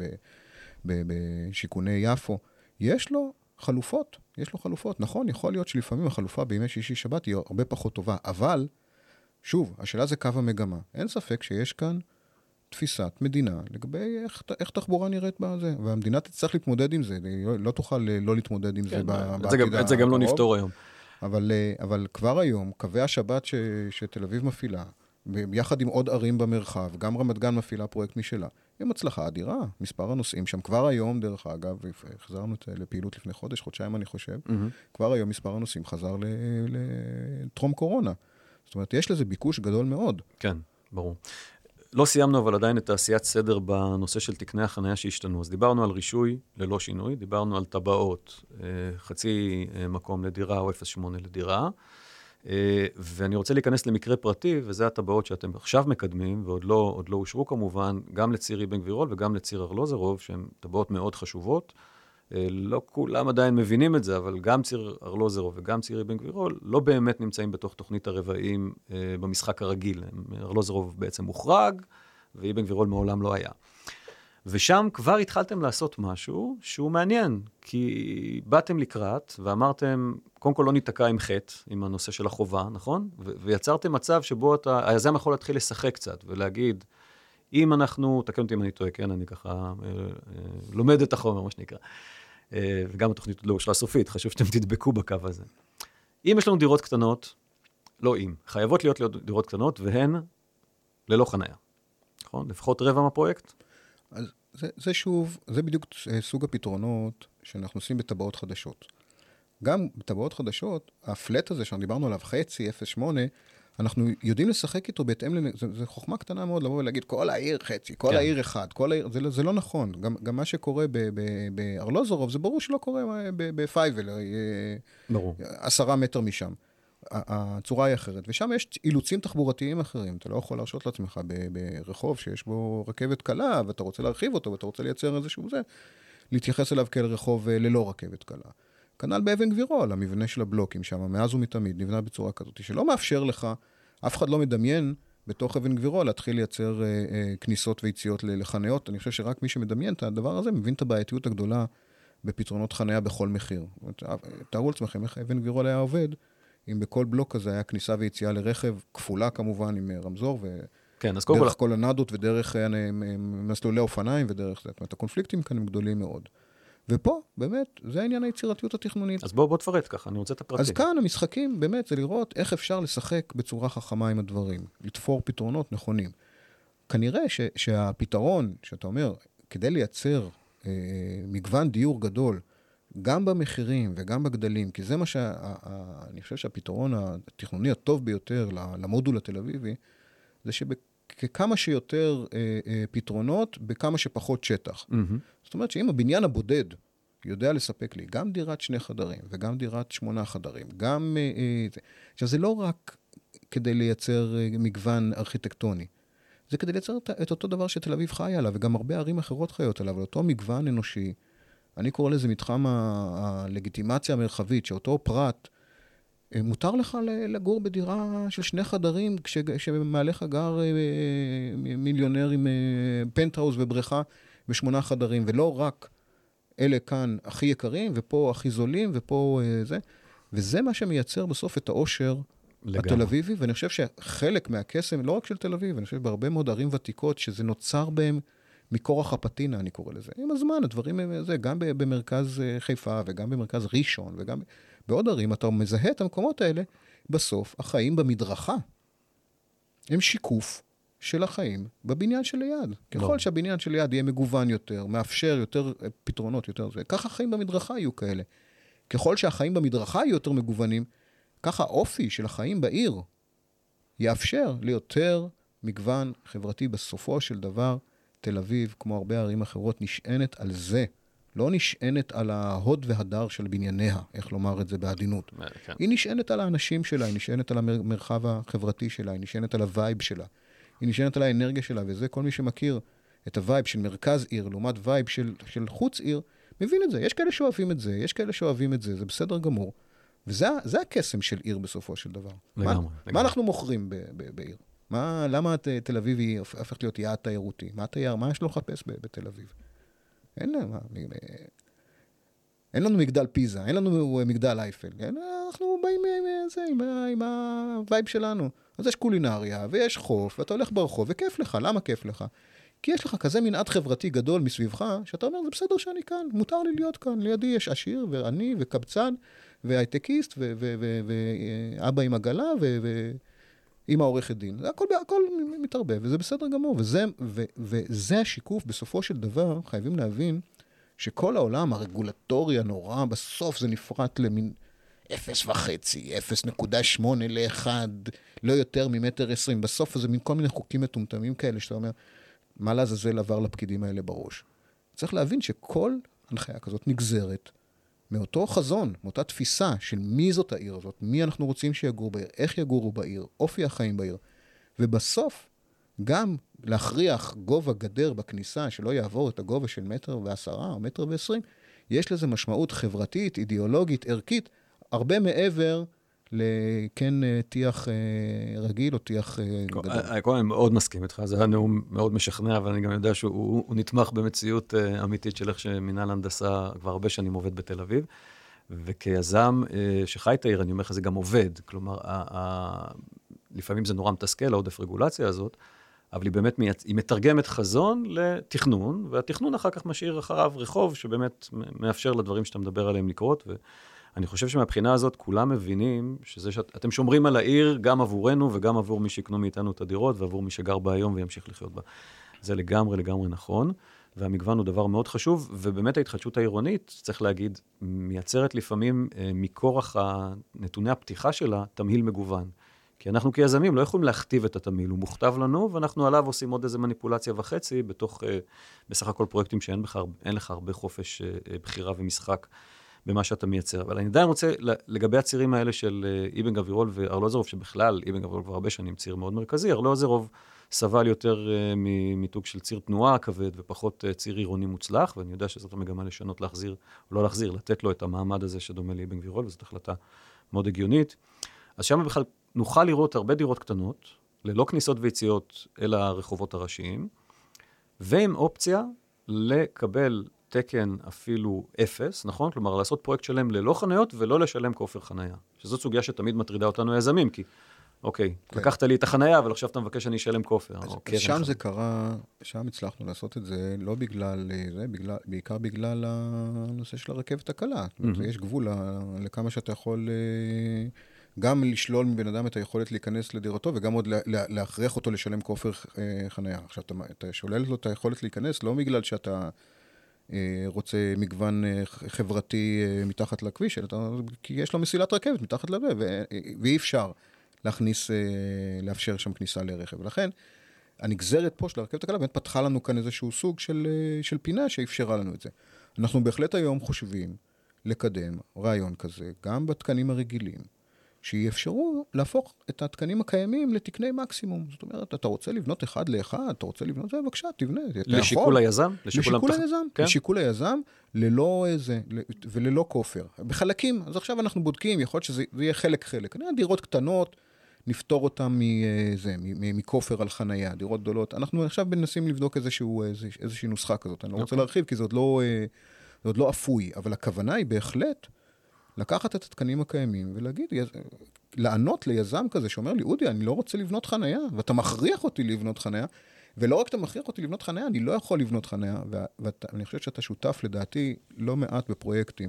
בשיכוני יפו, יש לו חלופות, יש לו חלופות. נכון, יכול להיות שלפעמים החלופה בימי שישי שבת היא הרבה פחות טובה, אבל, שוב, השאלה זה קו המגמה. אין ספק שיש כאן תפיסת מדינה לגבי איך, איך תחבורה נראית בזה, והמדינה תצטרך להתמודד עם זה, לא, לא תוכל לא להתמודד עם כן, זה בעתיד הקרוב. את זה גם לא נפתור היום. אבל, אבל כבר היום, קווי השבת ש, שתל אביב מפעילה, ביחד עם עוד ערים במרחב, גם רמת גן מפעילה פרויקט משלה, עם הצלחה אדירה, מספר הנוסעים שם, כבר היום, דרך אגב, החזרנו לפעילות לפני חודש, חודשיים אני חושב, mm-hmm. כבר היום מספר הנוסעים חזר לטרום קורונה. זאת אומרת, יש לזה ביקוש גדול מאוד. כן, ברור. לא סיימנו, אבל עדיין את תעשיית סדר בנושא של תקני החניה שהשתנו. אז דיברנו על רישוי ללא שינוי, דיברנו על טבעות, חצי מקום לדירה או אפס שמונה לדירה, ואני רוצה להיכנס למקרה פרטי, וזה הטבעות שאתם עכשיו מקדמים, ועוד לא, עוד לא אושרו כמובן, גם לציר אבן גבירול וגם לציר ארלוזורוב, שהן טבעות מאוד חשובות. לא כולם עדיין מבינים את זה, אבל גם ציר ארלוזורוב וגם ציר אבן גבירול לא באמת נמצאים בתוך תוכנית הרבעים במשחק הרגיל. ארלוזורוב בעצם מוחרג, ואבן גבירול מעולם לא היה. ושם כבר התחלתם לעשות משהו שהוא מעניין, כי באתם לקראת ואמרתם, קודם כל לא ניתקע עם חטא, עם הנושא של החובה, נכון? ו- ויצרתם מצב שבו אתה, היזם יכול להתחיל לשחק קצת ולהגיד, אם אנחנו, תקן אותי אם אני טועה, כן, אני ככה אה, אה, לומד את החומר, מה שנקרא. אה, וגם התוכנית לא אושרה סופית, חשוב שאתם תדבקו בקו הזה. אם יש לנו דירות קטנות, לא אם, חייבות להיות, להיות דירות קטנות, והן ללא חניה. נכון? לפחות רבע מהפרויקט. אז זה, זה שוב, זה בדיוק סוג הפתרונות שאנחנו עושים בטבעות חדשות. גם בטבעות חדשות, הפלט הזה שאנחנו דיברנו עליו, חצי, אפס שמונה, אנחנו יודעים לשחק איתו בהתאם, זה, זה חוכמה קטנה מאוד לבוא ולהגיד, כל העיר חצי, כל כן. העיר אחד, כל העיר, זה, זה לא נכון. גם, גם מה שקורה בארלוזורוב, זה ברור שלא קורה בפייבל, ברור. עשרה מטר משם. הצורה היא אחרת, ושם יש אילוצים תחבורתיים אחרים. אתה לא יכול להרשות לעצמך ברחוב שיש בו רכבת קלה, ואתה רוצה להרחיב אותו, ואתה רוצה לייצר איזשהו זה, להתייחס אליו כאל רחוב ללא רכבת קלה. כנ"ל באבן גבירול, המבנה של הבלוקים שם, מאז ומתמיד, נבנה בצורה כזאת, שלא מאפשר לך, אף אחד לא מדמיין בתוך אבן גבירול, להתחיל לייצר אה, אה, כניסות ויציאות לחניות. אני חושב שרק מי שמדמיין את הדבר הזה, מבין את הבעייתיות הגדולה בפתרונות חניה בכל מחיר. תארו לעצמכם איך אבן גבירול היה עובד, אם בכל בלוק כזה היה כניסה ויציאה לרכב, כפולה כמובן, עם רמזור, כן, אז דרך כל הנדות ודרך מסלולי אופניים ודרך זה. זאת אומרת, הקונפליקטים כאן הם גדולים מאוד. ופה, באמת, זה העניין היצירתיות התכנונית. אז בוא, בוא תפרט ככה, אני רוצה את הפרטים. אז כאן המשחקים, באמת, זה לראות איך אפשר לשחק בצורה חכמה עם הדברים, לתפור פתרונות נכונים. כנראה ש, שהפתרון, שאתה אומר, כדי לייצר אה, מגוון דיור גדול, גם במחירים וגם בגדלים, כי זה מה שאני חושב שהפתרון התכנוני הטוב ביותר למודול התל אביבי, זה שבכמה שיותר אה, אה, פתרונות, בכמה שפחות שטח. Mm-hmm. זאת אומרת שאם הבניין הבודד יודע לספק לי גם דירת שני חדרים וגם דירת שמונה חדרים, גם... אה, אה, עכשיו, זה לא רק כדי לייצר אה, מגוון ארכיטקטוני, זה כדי לייצר את, את אותו דבר שתל אביב חי עליו, וגם הרבה ערים אחרות חיות עליו, אותו מגוון אנושי, אני קורא לזה מתחם הלגיטימציה המרחבית, שאותו פרט, מותר לך לגור בדירה של שני חדרים, כשמעליך גר מיליונר עם פנטהאוס ובריכה בשמונה חדרים, ולא רק אלה כאן הכי יקרים, ופה הכי זולים, ופה זה. וזה מה שמייצר בסוף את העושר התל אביבי, ואני חושב שחלק מהקסם, לא רק של תל אביב, אני חושב בהרבה מאוד ערים ותיקות, שזה נוצר בהם, מקורח הפטינה, אני קורא לזה. עם הזמן, הדברים הם זה, גם במרכז חיפה, וגם במרכז ראשון, וגם בעוד ערים, אתה מזהה את המקומות האלה, בסוף, החיים במדרכה, הם שיקוף של החיים בבניין שליד. ככל שהבניין שליד יהיה מגוון יותר, מאפשר יותר פתרונות, יותר זה, ככה החיים במדרכה יהיו כאלה. ככל שהחיים במדרכה יהיו יותר מגוונים, ככה האופי של החיים בעיר יאפשר ליותר מגוון חברתי בסופו של דבר, תל אביב, כמו הרבה ערים אחרות, נשענת על זה. לא נשענת על ההוד והדר של בנייניה, איך לומר את זה בעדינות. כן. היא נשענת על האנשים שלה, היא נשענת על המרחב החברתי שלה, היא נשענת על הווייב שלה, היא נשענת על האנרגיה שלה, וזה כל מי שמכיר את הווייב של מרכז עיר, לעומת וייב של, של חוץ עיר, מבין את זה. יש כאלה שאוהבים את זה, יש כאלה שאוהבים את זה, זה בסדר גמור. וזה זה הקסם של עיר בסופו של דבר. לגמרי, מה, לגמרי. מה אנחנו מוכרים ב, ב, בעיר? מה, למה תל אביב היא הופכת להיות יעד תיירותי? מה תייר? מה יש לו לחפש בתל אביב? אין לנו, אין לנו מגדל פיזה, אין לנו מגדל אייפל. אנחנו באים עם זה, עם, עם הווייב שלנו. אז יש קולינריה, ויש חוף, ואתה הולך ברחוב, וכיף לך. למה כיף לך? כי יש לך כזה מנעד חברתי גדול מסביבך, שאתה אומר, זה בסדר שאני כאן, מותר לי להיות כאן, לידי יש עשיר ועני וקבצן והייטקיסט ואבא עם עגלה ועם העורכת דין. זה הכל, הכל מתערבב, וזה בסדר גמור. וזה, ו, וזה השיקוף, בסופו של דבר, חייבים להבין שכל העולם הרגולטורי הנורא, בסוף זה נפרט למין אפס וחצי, אפס נקודה שמונה לאחד, לא יותר ממטר עשרים. בסוף זה מין כל מיני חוקים מטומטמים כאלה, שאתה אומר, מה לעזאזל עבר לפקידים האלה בראש? צריך להבין שכל הנחיה כזאת נגזרת מאותו חזון, מאותה תפיסה של מי זאת העיר הזאת, מי אנחנו רוצים שיגור בעיר, איך יגורו בעיר, אופי החיים בעיר. ובסוף, גם להכריח גובה גדר בכניסה, שלא יעבור את הגובה של מטר ועשרה או מטר ועשרים, יש לזה משמעות חברתית, אידיאולוגית, ערכית, הרבה מעבר לכן תיח רגיל או תיח גדול. אני מאוד מסכים איתך, זה היה נאום מאוד משכנע, אבל אני גם יודע שהוא נתמך במציאות אמיתית של איך שמינהל הנדסה כבר הרבה שנים עובד בתל אביב, וכיזם שחי את העיר, אני אומר לך, זה גם עובד. כלומר, לפעמים זה נורא מתסכל, העודף רגולציה הזאת, אבל היא באמת, היא מתרגמת חזון לתכנון, והתכנון אחר כך משאיר אחריו רחוב, שבאמת מאפשר לדברים שאתה מדבר עליהם לקרות, ו... אני חושב שמבחינה הזאת כולם מבינים שזה שאתם שומרים על העיר גם עבורנו וגם עבור מי שיקנו מאיתנו את הדירות ועבור מי שגר בה היום וימשיך לחיות בה. זה לגמרי לגמרי נכון, והמגוון הוא דבר מאוד חשוב, ובאמת ההתחדשות העירונית, צריך להגיד, מייצרת לפעמים מכורח נתוני הפתיחה שלה תמהיל מגוון. כי אנחנו כיזמים לא יכולים להכתיב את התמהיל, הוא מוכתב לנו, ואנחנו עליו עושים עוד איזה מניפולציה וחצי, בתוך, בסך הכל פרויקטים שאין לך, אין לך הרבה חופש בחירה ומשחק במה שאתה מייצר. אבל אני עדיין רוצה, לגבי הצירים האלה של אבן גבירול וארלוזורוב, שבכלל, אבן גבירול כבר הרבה שנים ציר מאוד מרכזי, ארלוזורוב סבל יותר מיתוג של ציר תנועה כבד, ופחות ציר עירוני מוצלח, ואני יודע שזאת המגמה לשנות, להחזיר, או לא להחזיר, לתת לו את המעמד הזה שדומה לאבן גבירול, וזאת החלטה מאוד הגיונית. אז שם בכלל נוכל לראות הרבה דירות קטנות, ללא כניסות ויציאות אל הרחובות הראשיים, ועם אופציה לקבל תקן אפילו אפס, נכון? כלומר, לעשות פרויקט שלם ללא חניות ולא לשלם כופר חניה. שזאת סוגיה שתמיד מטרידה אותנו יזמים, כי, אוקיי, כן. לקחת לי את החניה, אבל עכשיו אתה מבקש שאני אשלם כופר. אז, אז שם זה קרה, שם הצלחנו לעשות את זה, לא בגלל זה, בגלל, בעיקר בגלל הנושא של הרכבת הקלה. Mm-hmm. יש גבול לכמה שאתה יכול גם לשלול מבן אדם את היכולת להיכנס לדירתו, וגם עוד להכריח אותו לשלם כופר חניה. עכשיו, אתה, אתה שולל לו את היכולת להיכנס, לא בגלל שאתה רוצה מגוון חברתי מתחת לכביש, כי יש לו מסילת רכבת מתחת לזה, ואי אפשר להכניס, לאפשר שם כניסה לרכב. ולכן, הנגזרת פה של הרכבת הקלה, באמת פתחה לנו כאן איזשהו סוג של, של פינה שאפשרה לנו את זה. אנחנו בהחלט היום חושבים לקדם רעיון כזה, גם בתקנים הרגילים, שיאפשרו להפוך את התקנים הקיימים לתקני מקסימום. זאת אומרת, אתה רוצה לבנות אחד לאחד, אתה רוצה לבנות זה, בבקשה, תבנה. לשיקול היזם? לשיקול היזם, לשיקול היזם, ללא איזה, וללא כופר. בחלקים, אז עכשיו אנחנו בודקים, יכול להיות שזה יהיה חלק-חלק. דירות קטנות, נפתור אותם מזה, מכופר על חנייה, דירות גדולות. אנחנו עכשיו מנסים לבדוק איזושהי נוסחה כזאת. אני לא רוצה להרחיב, כי זה עוד לא אפוי, אבל הכוונה היא בהחלט לקחת את התקנים הקיימים ולהגיד, לענות ליזם כזה שאומר לי, אודי, אני לא רוצה לבנות חנייה, ואתה מכריח אותי לבנות חנייה, ולא רק אתה מכריח אותי לבנות חנייה, אני לא יכול לבנות חנייה, ואני חושב שאתה שותף לדעתי לא מעט בפרויקטים.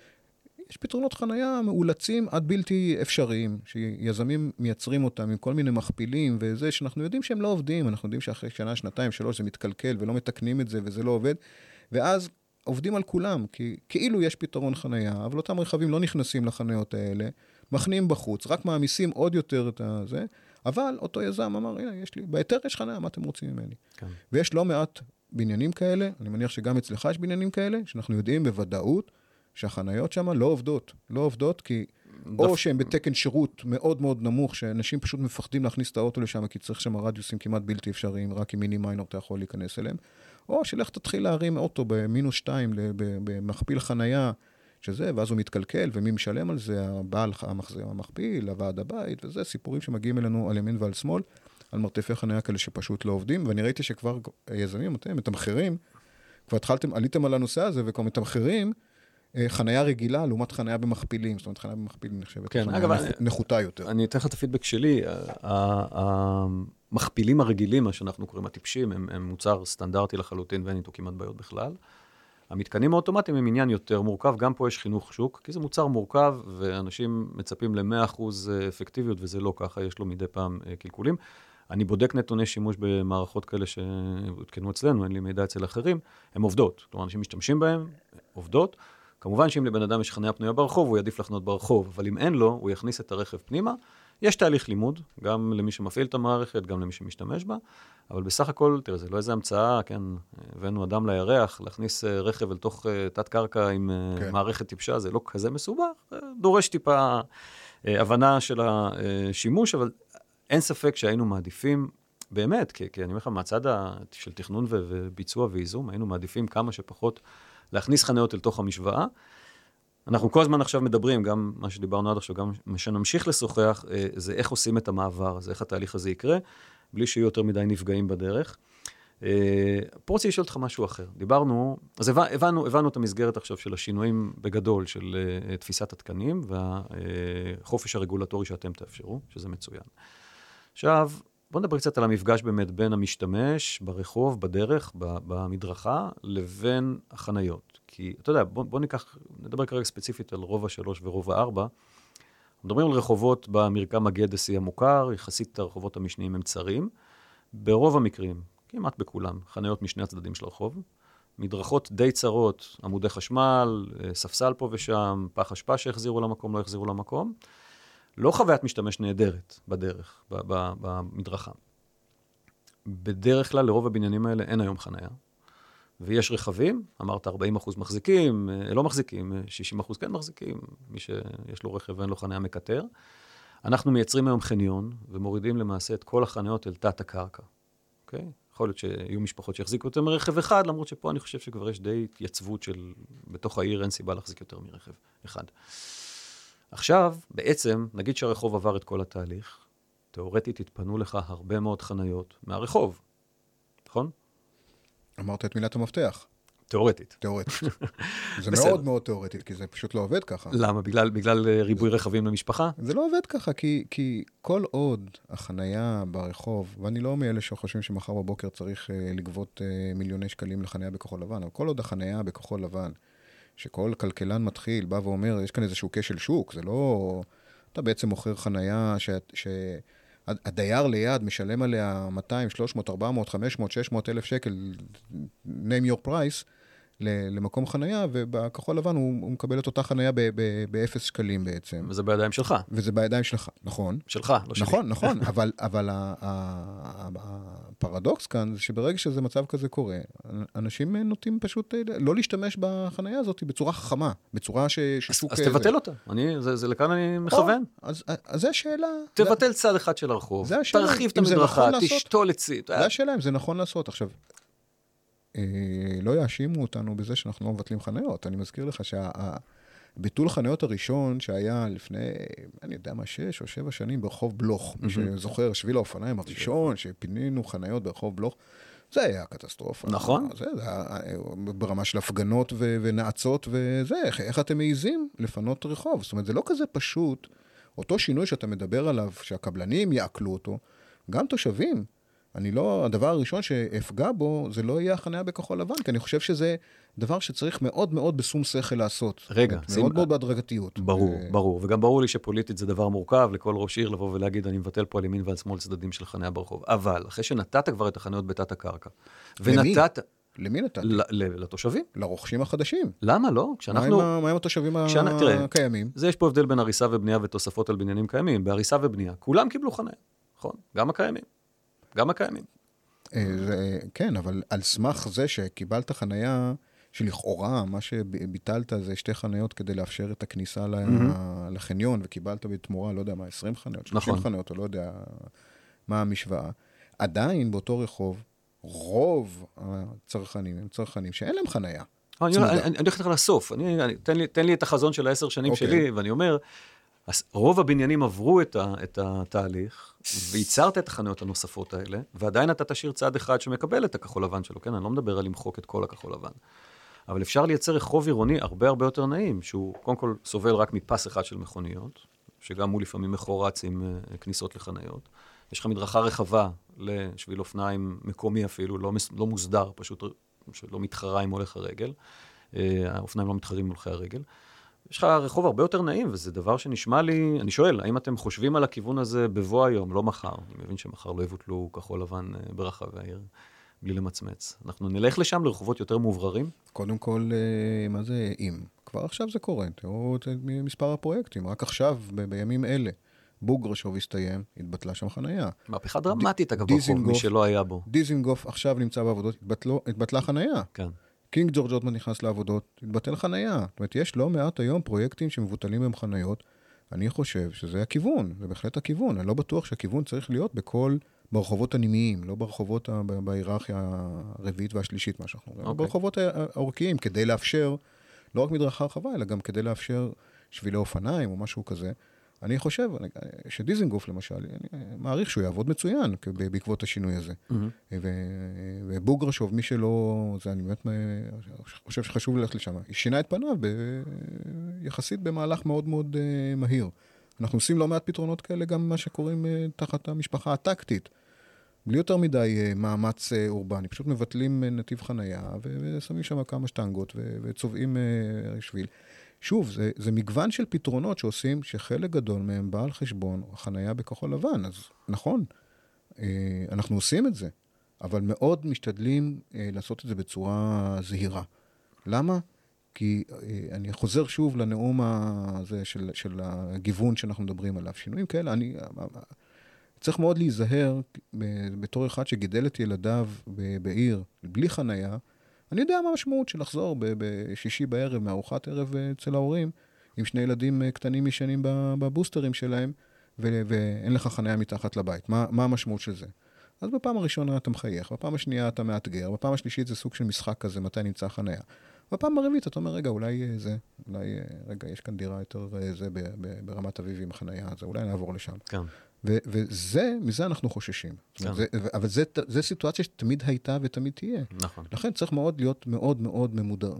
יש פתרונות חנייה מאולצים עד בלתי אפשריים, שיזמים מייצרים אותם עם כל מיני מכפילים, וזה שאנחנו יודעים שהם לא עובדים, אנחנו יודעים שאחרי שנה, שנתיים, שלוש, זה מתקלקל, ולא מתקנים את זה, וזה לא עובד, ואז עובדים על כולם, כי כאילו יש פתרון חנייה, אבל אותם רכבים לא נכנסים לחניות האלה, מכנים בחוץ, רק מעמיסים עוד יותר את זה, אבל אותו יזם אמר, הנה, יש לי, ביתר יש חניה, מה אתם רוצים ממני? כן. ויש לא מעט בניינים כאלה, אני מניח שגם אצלך יש בניינים כאלה, שאנחנו יודעים בוודאות שהחניות שם לא עובדות, לא עובדות כי או שהם בתקן שירות מאוד מאוד נמוך, שאנשים פשוט מפחדים להכניס את האוטו לשם, כי צריך שם רדיוסים כמעט בלתי אפשריים, רק עם מיני מיינור אתה יכול להיכנס אליהם, או שלך תתחיל להרים אוטו במינוס שתיים, במכפיל חנייה, שזה, ואז הוא מתקלקל, ומי משלם על זה? הבעל המחזיר המכפיל, הוועד הבית, וזה סיפורים שמגיעים אלינו על ימין ועל שמאל, על מרתפי חנייה כאלה שפשוט לא עובדים, ואני ראיתי שכבר יזמים, אתם מתמחרים, כבר התחלתם, עליתם על הנושא הזה, וכבר מתמחרים, חנייה רגילה לעומת חנייה במכפילים, זאת אומרת, חנייה במכפילים נחשבת כן, חנייה אגב, נחותה יותר. אני אתן לך את הפידבק שלי, המכפילים הרגילים, מה שאנחנו קוראים הטיפשים, הם, הם מוצר סטנדרטי לחלוטין, ואין איתו כמעט בעיות בכלל. המתקנים האוטומטיים הם עניין יותר מורכב, גם פה יש חינוך שוק, כי זה מוצר מורכב, ואנשים מצפים ל-מאה אחוז אפקטיביות, וזה לא ככה, יש לו מדי פעם קלקולים. אני בודק נתוני שימוש במערכות כאלה שהותקנו אצלנו, אין לי מידע אצל אחרים, הן עובדות. כלומר, אנשים משתמשים בהן, עובדות. כמובן שאם לבן אדם יש חניה פנויה ברחוב, הוא יעדיף לחנות ברחוב, אבל אם אין לו, הוא יכניס את הרכב פנימה. יש תהליך לימוד, גם למי שמפעיל את המערכת, גם למי שמשתמש בה, אבל בסך הכל, תראה, זה לא איזה המצאה, כן, הבאנו אדם לירח, להכניס רכב אל תוך תת קרקע עם כן. מערכת טיפשה, זה לא כזה מסובך, דורש טיפה הבנה של השימוש, אבל אין ספק שהיינו מעדיפים, באמת, כי, כי אני אומר לך, מהצד של תכנון וביצוע ואיזום, היינו מעדיפים כמה שפחות להכניס חניות אל תוך המשוואה. אנחנו כל הזמן עכשיו מדברים, גם מה שדיברנו עד עכשיו, גם מה שנמשיך לשוחח, זה איך עושים את המעבר הזה, איך התהליך הזה יקרה, בלי שיהיו יותר מדי נפגעים בדרך. פה רוצה לשאול אותך משהו אחר. דיברנו, אז הבנו, הבנו את המסגרת עכשיו של השינויים בגדול של תפיסת התקנים, והחופש הרגולטורי שאתם תאפשרו, שזה מצוין. עכשיו, בוא נדבר קצת על המפגש באמת בין המשתמש ברחוב, בדרך, במדרכה, לבין החניות. כי, אתה יודע, בוא, בוא ניקח, נדבר כרגע ספציפית על רובע שלוש ורובע ארבע. מדברים על רחובות במרקם הגדסי המוכר, יחסית הרחובות המשניים הם צרים. ברוב המקרים, כמעט בכולם, חניות משני הצדדים של הרחוב. מדרכות די צרות, עמודי חשמל, ספסל פה ושם, פח אשפה שהחזירו למקום, לא החזירו למקום. לא חוויית משתמש נהדרת בדרך, במדרכה. בדרך כלל, לרוב הבניינים האלה אין היום חניה. ויש רכבים, אמרת ארבעים אחוז מחזיקים, לא מחזיקים, שישים אחוז כן מחזיקים, מי שיש לו רכב ואין לו חניה מקטר. אנחנו מייצרים היום חניון, ומורידים למעשה את כל החניות אל תת הקרקע. אוקיי? יכול להיות שיהיו משפחות שיחזיקו יותר מרכב אחד, למרות שפה אני חושב שכבר יש די התייצבות של, בתוך העיר אין סיבה להחזיק יותר מרכב אחד. עכשיו, בעצם, נגיד שהרחוב עבר את כל התהליך, תיאורטית התפנו לך הרבה מאוד חניות מהרחוב, נכון? אמרת את מילת המפתח. תיאורטית. תיאורטית. זה מאוד מאוד תיאורטית, כי זה פשוט לא עובד ככה. למה? בגלל, בגלל ריבוי רכבים למשפחה? זה לא עובד ככה, כי, כי כל עוד החנייה ברחוב, ואני לא מאלה שחושבים שמחר בבוקר צריך uh, לגבות uh, מיליוני שקלים לחנייה בכחול לבן, אבל כל עוד החנייה בכחול לבן, שכל כלכלן מתחיל, בא ואומר, יש כאן איזשהו כשל שוק, זה לא... אתה בעצם מוכר חנייה ש... ש... הדייר ליד משלם עליה מאתיים, שלוש מאות, ארבע מאות, חמש מאות, שש מאות אלף שקל, name your price, למקום חנייה, ובכחול לבן הוא, הוא מקבל את אותה חנייה באפס שקלים בעצם. וזה בידיים שלך. וזה בידיים שלך, נכון. שלך, לא שלי. נכון, נכון, אבל, אבל הפרדוקס כאן זה שברגע שזה מצב כזה קורה, אנשים נוטים פשוט לא להשתמש בחנייה הזאת בצורה חכמה, בצורה ששוק... אז תבטל אותה. אני, זה, זה לכאן אני מכוון. אז, אז זה השאלה... תבטל צד אחד של הרחוב, תרחיב את המדרכה, תשתול עצי. זה השאלה אם זה נכון לעשות. עכשיו, לא יאשימו אותנו בזה שאנחנו לא מבטלים חניות. אני מזכיר לך שהביטול חניות הראשון שהיה לפני, אני יודע מה, שש או שבע שנים ברחוב בלוך, מי שזוכר, שביל האופניים הראשון, שפינינו חניות ברחוב בלוך, זה היה קטסטרופה. נכון. זה היה ברמה של הפגנות ונעצות וזה, איך אתם מעיזים לפנות רחוב? זאת אומרת, זה לא כזה פשוט, אותו שינוי שאתה מדבר עליו, שהקבלנים יעקלו אותו, גם תושבים, אני לא, הדבר הראשון שאפגע בו, זה לא יהיה החניה בכחול לבן, כי אני חושב שזה דבר שצריך מאוד מאוד בשום שכל לעשות. רגע. מאוד מאוד בהדרגתיות. ברור, ברור. וגם ברור לי שפוליטית זה דבר מורכב, לכל ראש עיר לבוא ולהגיד, אני מבטל פה על ימין ועל שמאל צדדים של חניה ברחוב. אבל, אחרי שנתת כבר את החניות בתת הקרקע, ונתת... למי נתת? לתושבים. לרוכשים החדשים. למה לא? כשאנחנו... מה עם התושבים הקיימים? זה יש פה הבדל בין הריסה ובנייה ותוספות על בניינים קיימים. בהריסה ובנייה, כולם קיבלו חניה, נכון? גם הקיימים. גם הקיימים. כן, אבל על סמך זה שקיבלת חנייה שלכאורה, מה שביטלת זה שתי חניות כדי לאפשר את הכניסה לחניון, וקיבלת בתמורה, לא יודע מה, עשרים חניות, שלושים חניות, או לא יודע מה המשוואה. עדיין באותו רחוב, רוב הצרכנים הם צרכנים שאין להם חנייה. אני הולך לך לסוף, תן לי את החזון של העשר שנים שלי, ואני אומר, אז רוב הבניינים עברו את, ה, את התהליך, וייצרת את החניות הנוספות האלה, ועדיין אתה תשאיר צד אחד שמקבל את הכחול לבן שלו, כן? אני לא מדבר על למחוק את כל הכחול לבן. אבל אפשר לייצר רחוב עירוני הרבה הרבה יותר נעים, שהוא קודם כל סובל רק מפס אחד של מכוניות, שגם הוא לפעמים מחורץ עם כניסות לחניות, יש לך מדרכה רחבה לשביל אופניים מקומי אפילו, לא, לא מוסדר, פשוט שלא מתחרה עם הולך הרגל. האופניים לא מתחרים עם הולכי הרגל. יש לך רחוב הרבה יותר נעים, וזה דבר שנשמע לי, אני שואל, האם אתם חושבים על הכיוון הזה בבוא היום, לא מחר? אני מבין שמחר לא יבוטלו כחול לבן ברחבי העיר, בלי למצמץ. אנחנו נלך לשם לרחובות יותר מובררים? קודם כל, מה זה אם? כבר עכשיו זה קורה, תראו את מספר הפרויקטים, רק עכשיו, ב- בימים אלה. בוגרשוב הסתיים, התבטלה שם חנייה. מהפכה דרמטית, אגב, ברחוב, מי שלא היה בו. דיזינגוף עכשיו נמצא בעבודות, התבטלו, התבטלה חנייה. כן. קינג ג'ורג' אוטמן נכנס לעבודות, התבטל חנייה. זאת אומרת, יש לא מעט היום פרויקטים שמבוטלים בהם חניות. אני חושב שזה הכיוון, זה בהחלט הכיוון. אני לא בטוח שהכיוון צריך להיות בכל, ברחובות הנימיים, לא ברחובות, בהיררכיה הרביעית והשלישית, מה שאנחנו אומרים. Okay. ברחובות האורכיים, כדי לאפשר, לא רק מדרכה רחבה, אלא גם כדי לאפשר שבילי אופניים או משהו כזה. אני חושב שדיזינגוף, למשל, אני מעריך שהוא יעבוד מצוין בעקבות השינוי הזה. ובוגרשוב, מי שלא, זה אני באמת חושב שחשוב ללכת לשם. היא שינה את פניו יחסית במהלך מאוד מאוד מהיר. אנחנו עושים לא מעט פתרונות כאלה, גם מה שקוראים תחת המשפחה הטקטית. בלי יותר מדי מאמץ אורבני. פשוט מבטלים נתיב חנייה, ושמים שם כמה שטנגות, וצובעים שביל. שוב, זה, זה מגוון של פתרונות שעושים, שחלק גדול מהם בא על חשבון החנייה בכחול לבן. אז נכון, אנחנו עושים את זה, אבל מאוד משתדלים לעשות את זה בצורה זהירה. למה? כי אני חוזר שוב לנאום הזה של, של הגיוון שאנחנו מדברים עליו. שינויים כאלה, אני צריך מאוד להיזהר בתור אחד שגידל את ילדיו בעיר, בלי חנייה. אני יודע מה המשמעות של לחזור בשישי בערב, מארוחת ערב אצל ההורים, עם שני ילדים קטנים ישנים בבוסטרים שלהם, ואין לך חניה מתחת לבית. מה, מה המשמעות של זה? אז בפעם הראשונה אתה מחייך, בפעם השנייה אתה מאתגר, בפעם השלישית זה סוג של משחק כזה, מתי נמצא חניה. בפעם הרביעית אתה אומר, רגע, אולי זה, אולי, רגע, יש כאן דירה יותר זה ברמת אביב עם החניה, אז אולי נעבור לשם. כן. וזה, מזה אנחנו חוששים. זה, אבל זה, זה סיטואציה שתמיד הייתה ותמיד תהיה. נכון. לכן צריך מאוד להיות מאוד מאוד ממודר,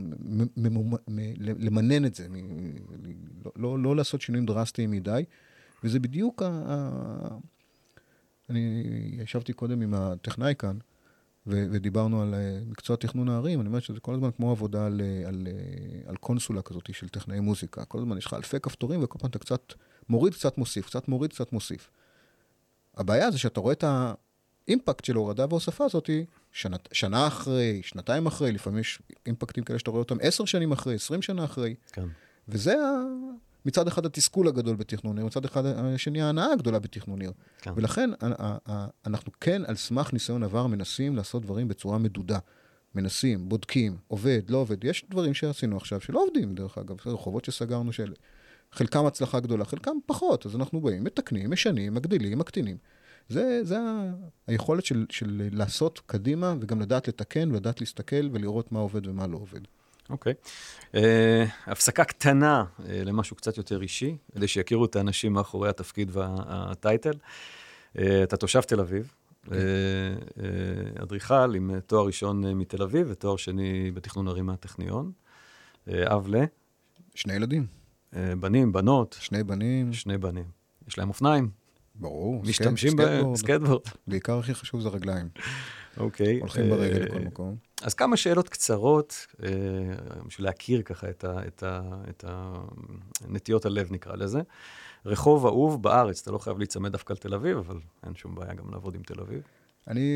למנן את זה, לא, לא, לא לעשות שינויים דרסטיים מדי, וזה בדיוק ה... אני ישבתי קודם עם הטכנאי כאן, ודיברנו על מקצוע תכנון הערים, אני אומר שזה כל הזמן כמו עבודה על, על, על קונסולה כזאת של טכנאי מוזיקה. כל הזמן יש לך אלפי כפתורים, וכל פעם אתה קצת מוריד, קצת מוסיף, קצת מוריד, קצת מוסיף. הבעיה זה שאתה רואה את האימפקט של ההורדה וההוספה הזאת, שנה, שנה אחרי, שנתיים אחרי, לפעמים יש אימפקטים כאלה שאתה רואה אותם עשר שנים אחרי, עשרים שנה אחרי. כן. וזה מצד אחד התסכול הגדול בתכנוניר, מצד אחד השני ההנאה הגדולה בתכנוניר. כן. ולכן אנחנו כן על סמך ניסיון עבר מנסים לעשות דברים בצורה מדודה. מנסים, בודקים, עובד, לא עובד. יש דברים שעשינו עכשיו שלא עובדים, דרך אגב. רחובות שסגרנו של חלקם הצלחה גדולה, חלקם פחות. אז אנחנו באים, מתקנים, משנים, מגדילים, מקטינים. זה, זה היכולת של, של לעשות קדימה, וגם לדעת לתקן, ולדעת להסתכל, ולראות מה עובד ומה לא עובד. אוקיי. Uh, הפסקה קטנה uh, למשהו קצת יותר אישי, כדי שיכירו את האנשים מאחורי התפקיד והטייטל. Uh, אתה תושב תל אביב, okay. uh, uh, אדריכל עם תואר ראשון uh, מתל אביב, ותואר שני בתכנון ערים מהטכניון. Uh, אב ל? שני ילדים. Uh, בנים, בנות. שני בנים. שני בנים. יש להם אופניים. ברור. משתמשים בסקייטבורד. בעיקר הכי חשוב זה רגליים. אוקיי. הולכים ברגל לכל מקום. אז כמה שאלות קצרות, בשביל להכיר ככה את הנטיות הלב נקרא לזה. רחוב אהוב בארץ, אתה לא חייב להיצמד דווקא לתל אביב, אבל אין שום בעיה גם לעבוד עם תל אביב. אני,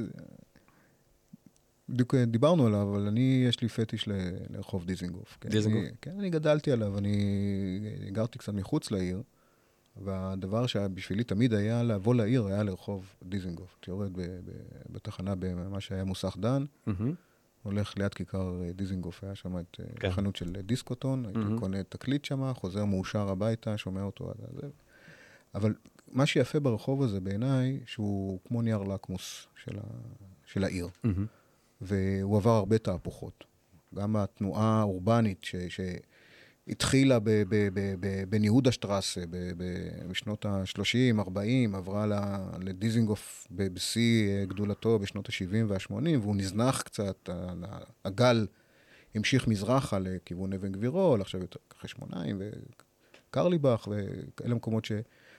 בדיוק דיברנו עליו, אבל אני, יש לי פטיש לרחוב דיזינגוף. דיזינגוף? כן, אני גדלתי עליו, אני גרתי קצת מחוץ לעיר, והדבר שבשבילי תמיד היה לבוא לעיר, היה לרחוב דיזינגוף. אתה יורד בתחנה במה שהיה מוסך דן, הולך ליד כיכר דיזינגוף, היה שם את חנות של דיסקוטון, הייתי קונה תקליט שם, חוזר מאושר הביתה, שומע אותו. אבל מה שיפה ברחוב הזה בעיניי, שהוא כמו נייר לקמוס של העיר. והוא עבר הרבה תהפוכות. גם התנועה האורבנית ש... התחילה בן יהודה שטרסה, בשנות ה-שלושים, ארבעים, עברה לדיזינגוף בשיא גדולתו בשנות ה-שבעים וה-שמונים, והוא נזנח קצת, הגל המשיך מזרחה לכיוון אבן גבירול, עכשיו יותר חשמונאים וקרליבך, וכאלה מקומות ש...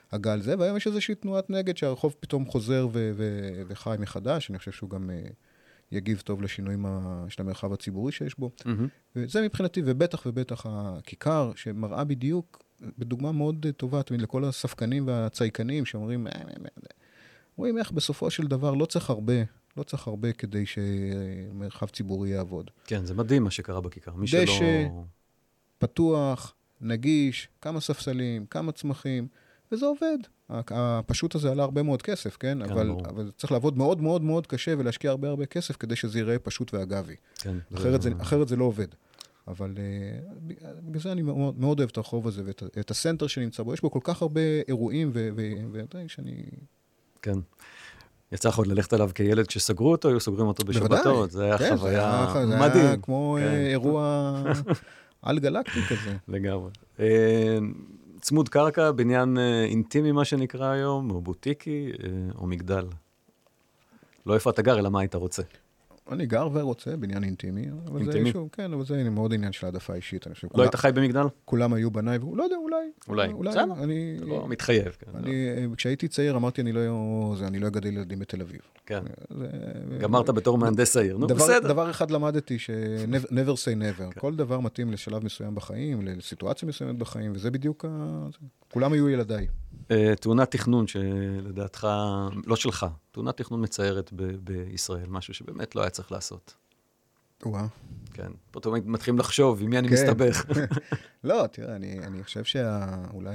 הגל זה, והיום יש איזושהי תנועת נגד שהרחוב פתאום חוזר ו- ו- וחי מחדש, אני חושב שהוא גם uh, יגיב טוב לשינויים ה- של המרחב הציבורי שיש בו. Mm-hmm. וזה מבחינתי, ובטח ובטח הכיכר, שמראה בדיוק, בדוגמה מאוד טובה, תמיד לכל הספקנים והצייקנים שאומרים, רואים איך בסופו של דבר לא צריך הרבה, לא צריך הרבה כדי שמרחב ציבורי יעבוד. כן, זה מדהים מה שקרה בכיכר. דשא, שלא... פתוח, נגיש, כמה ספסלים, כמה צמחים, וזה עובד. הפשוט הזה עלה הרבה מאוד כסף, כן? כן אבל, אבל צריך לעבוד מאוד מאוד מאוד קשה ולהשקיע הרבה הרבה כסף כדי שזה ייראה פשוט ואגבי. כן. אחרת, זה... זה, אחרת זה לא עובד. אבל uh, בגלל זה אני מאוד, מאוד אוהב את הרחוב הזה ואת את הסנטר שנמצא בו. יש בו כל כך הרבה אירועים ואתה שאני... כן. יצא לך עוד ללכת עליו כילד כשסגרו אותו, היו סוגרים אותו בשבתות. זה היה כן, חוויה זה היה, מדהים. זה היה כמו כן. אירוע על גלקטי כזה. לגמרי. צמוד קרקע, בניין אינטימי מה שנקרא היום, או בוטיקי, או מגדל. לא איפה אתה גר, אלא מה היית רוצה. אני גר ורוצה, בניין אינטימי. אינטימי? כן, אבל זה מאוד עניין של העדפה אישית. לא היית חי במגדל? כולם היו בניי, לא יודע, אולי. אולי. אולי. אני לא מתחייב. כשהייתי צעיר אמרתי, אני לא אגדל ילדים בתל אביב. כן. גמרת בתור מהנדס העיר. נו, בסדר. דבר אחד למדתי, ש-never say never. כל דבר מתאים לשלב מסוים בחיים, לסיטואציה מסוימת בחיים, וזה בדיוק, כולם היו ילדיי. תאונת תכנון שלדעתך, לא שלך, תאונת תכנון מצערת בישראל, משהו שבאמת לא היה צריך לעשות. וואה. כן, פתאום מתחילים לחשוב עם מי אני מסתבך. לא, תראה, אני חושב שאולי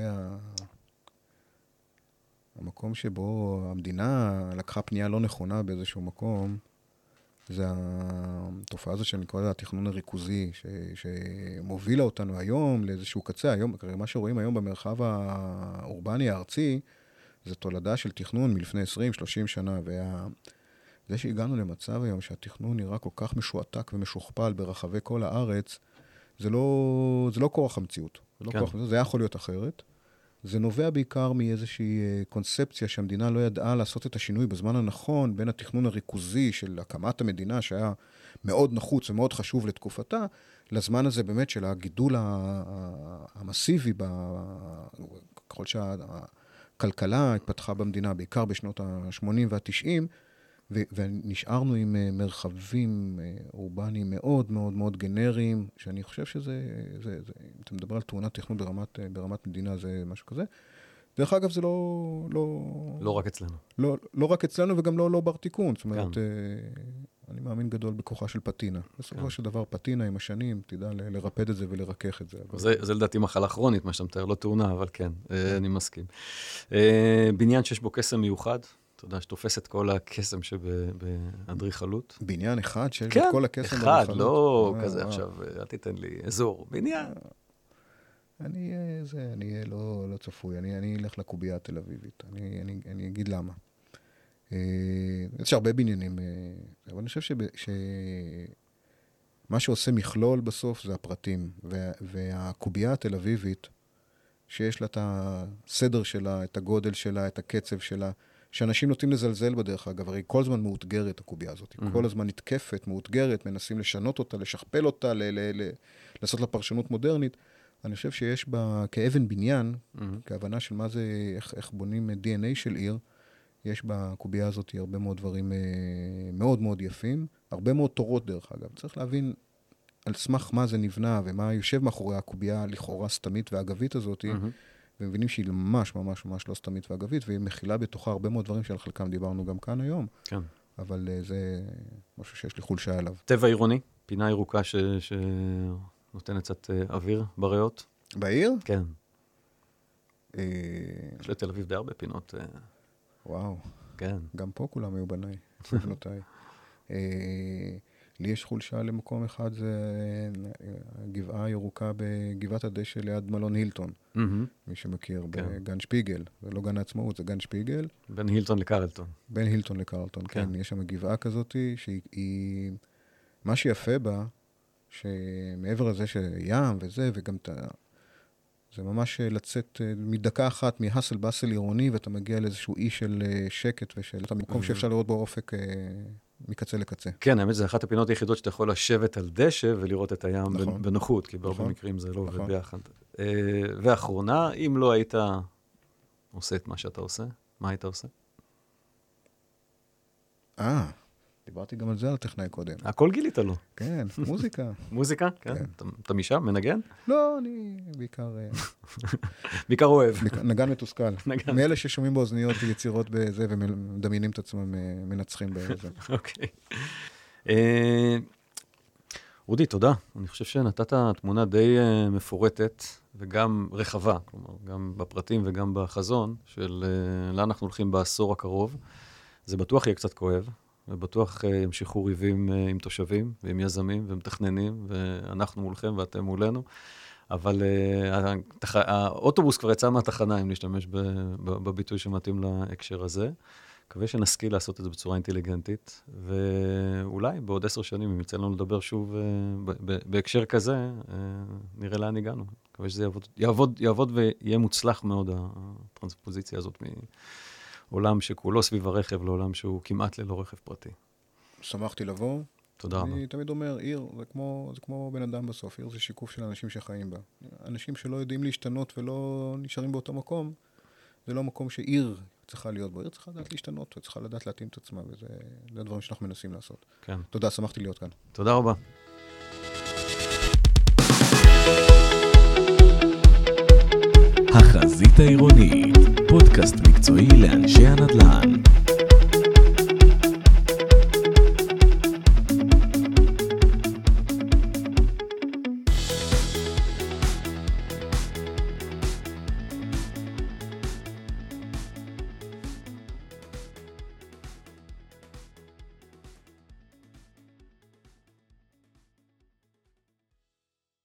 המקום שבו המדינה לקחה פנייה לא נכונה באיזשהו מקום, זה התופעה הזו שאני קורא לה התכנון הריכוזי, שמובילה אותנו היום לאיזשהו קצה. היום, מה שרואים היום במרחב האורבני הארצי, זה תולדה של תכנון מלפני עשרים שלושים שנה, וזה שהגענו למצב היום שהתכנון נראה כל כך משועתק ומשוכפל ברחבי כל הארץ, זה לא, זה לא כורח המציאות. זה לא כורח המציאות, זה היה יכול להיות אחרת. זה נובע בעיקר מאיזושהי קונספציה שהמדינה לא ידעה לעשות את השינוי בזמן הנכון, בין התכנון הריכוזי של הקמת המדינה, שהיה מאוד נחוץ ומאוד חשוב לתקופתה, לזמן הזה באמת של הגידול המסיבי, ככל שהכלכלה התפתחה במדינה, בעיקר בשנות ה-שמונים וה-תשעים, ונשארנו עם מרחבים אורבניים מאוד מאוד מאוד גנריים, שאני חושב שזה, זה, זה, אם אתה מדבר על תאונת תכנון ברמת, ברמת מדינה, זה משהו כזה. דרך אגב, זה לא... לא, לא רק אצלנו. לא, לא רק אצלנו וגם לא, לא בר תיקון. זאת אומרת, כן. אני מאמין גדול בכוחה של פתינה. בסופו כן. של דבר, פתינה עם השנים, תדע לרפד את זה ולרכך את זה. זה, זה לדעתי מחלה כרונית, מה שאתה מתאר, לא תאונה, אבל כן, אני מסכים. בניין שיש בו קסם מיוחד, אתה יודע, שתופס את כל הקסם שבאדריכלות. בניין אחד שיש את כל הקסם באדריכלות? כן, אחד, לא כזה עכשיו, אל תיתן לי אזור, בניין. אני זה, אני אהיה לא, לא צפוי, אני, אני אלך לקובייה התל אביבית, אני, אני, אני אגיד למה. יש הרבה בניינים, אבל אני חושב שב, שמה שעושה מכלול בסוף זה הפרטים, וה, והקובייה התל אביבית, שיש לה את הסדר שלה, את הגודל שלה, את הקצב שלה, שאנשים נוטים לזלזל בדרך אגב, הרי כל הזמן מאותגרת הקובייה הזאת, mm-hmm. כל הזמן נתקפת, מאותגרת, מנסים לשנות אותה, לשכפל אותה, ל- ל- ל- לעשות לה פרשנות מודרנית. אני חושב שיש בה, כאבן בניין, mm-hmm. כהבנה של מה זה, איך, איך בונים די אן איי של עיר, יש בקובייה הזאת הרבה מאוד דברים אה, מאוד מאוד יפים, הרבה מאוד תורות דרך אגב. צריך להבין על סמך מה זה נבנה, ומה יושב מאחורי הקובייה לכאורה סתמית ואגבית הזאת, mm-hmm. ומבינים שהיא ממש ממש ממש לא סתמית ואגבית, והיא מכילה בתוכה הרבה מאוד דברים שעל חלקם דיברנו גם כאן היום. כן. אבל uh, זה משהו שיש לי חולשה עליו. טבע עירוני, פינה ירוקה שנותנת קצת uh, אוויר בריאות. בעיר? כן. יש לתל אביב די הרבה פינות. וואו. כן. גם פה כולם היו בניי, בנותיי. לי יש חולשה למקום אחד, זה גבעה ירוקה בגבעת הדשא ליד מלון הילטון. מי שמכיר, בגן שפיגל. זה לא גן העצמאות, זה גן שפיגל. בין הילטון לקרלטון. בין הילטון לקרלטון, כן. יש שם גבעה כזאת, שהיא... מה שיפה בה, שמעבר לזה שים וזה, וגם את ה... זה ממש לצאת מדקה אחת מהסל בסל עירוני, ואתה מגיע לאיזשהו אי של שקט ושל... אתה מקום שאפשר לראות בו אופק מקצה לקצה. כן, האמת, זה אחת הפינות היחידות שאתה יכול לשבת על דשא ולראות את הים בנוחות, כי בהרבה מקרים זה לא עובד ביחד. ואחרונה, אם לא היית עושה את מה שאתה עושה, מה היית עושה? אה, דיברתי גם על זה על הטכנאי קודם. הכל גילית לו. כן, מוזיקה. מוזיקה? כן. אתה משם, מנגן? לא, אני בעיקר... בעיקר אוהב. נגן מתוסכל. מאלה ששומעים באוזניות יצירות בזה ומדמיינים את עצמם מנצחים בזה. אוקיי. רודי, תודה. אני חושב שנתת תמונה די מפורטת וגם רחבה, כלומר, גם בפרטים וגם בחזון של לאן אנחנו הולכים בעשור הקרוב. זה בטוח יהיה קצת כואב, ובטוח ימשיכו ריבים עם תושבים ועם יזמים ומתכננים, ואנחנו מולכם ואתם מולנו. אבל האוטובוס כבר יצא מהתחנה, אם נשתמש בביטוי שמתאים להקשר הזה. מקווה שנשכיל לעשות את זה בצורה אינטליגנטית, ואולי בעוד עשר שנים, אם יצא לנו לדבר שוב בהקשר כזה, נראה לאן הגענו. מקווה שזה יעבוד, יעבוד, יעבוד ויהיה מוצלח מאוד, הטרנספוזיציה הזאת מעולם שכולו סביב הרכב, לעולם שהוא כמעט ללא רכב פרטי. שמחתי לבוא. תודה רבה. אני תמיד אומר, עיר זה כמו, זה כמו בן אדם בסוף, עיר זה שיקוף של אנשים שחיים בה. אנשים שלא יודעים להשתנות ולא נשארים באותו מקום, זה לא מקום שעיר צריכה להיות בו. עיר צריכה לדעת להשתנות, וצריכה לדעת להתאים את עצמה, וזה הדברים שאנחנו מנסים לעשות. כן. תודה, שמחתי להיות כאן. תודה רבה. החזית העירונית, פודקאסט מקצועי לאנשי הנדל"ן.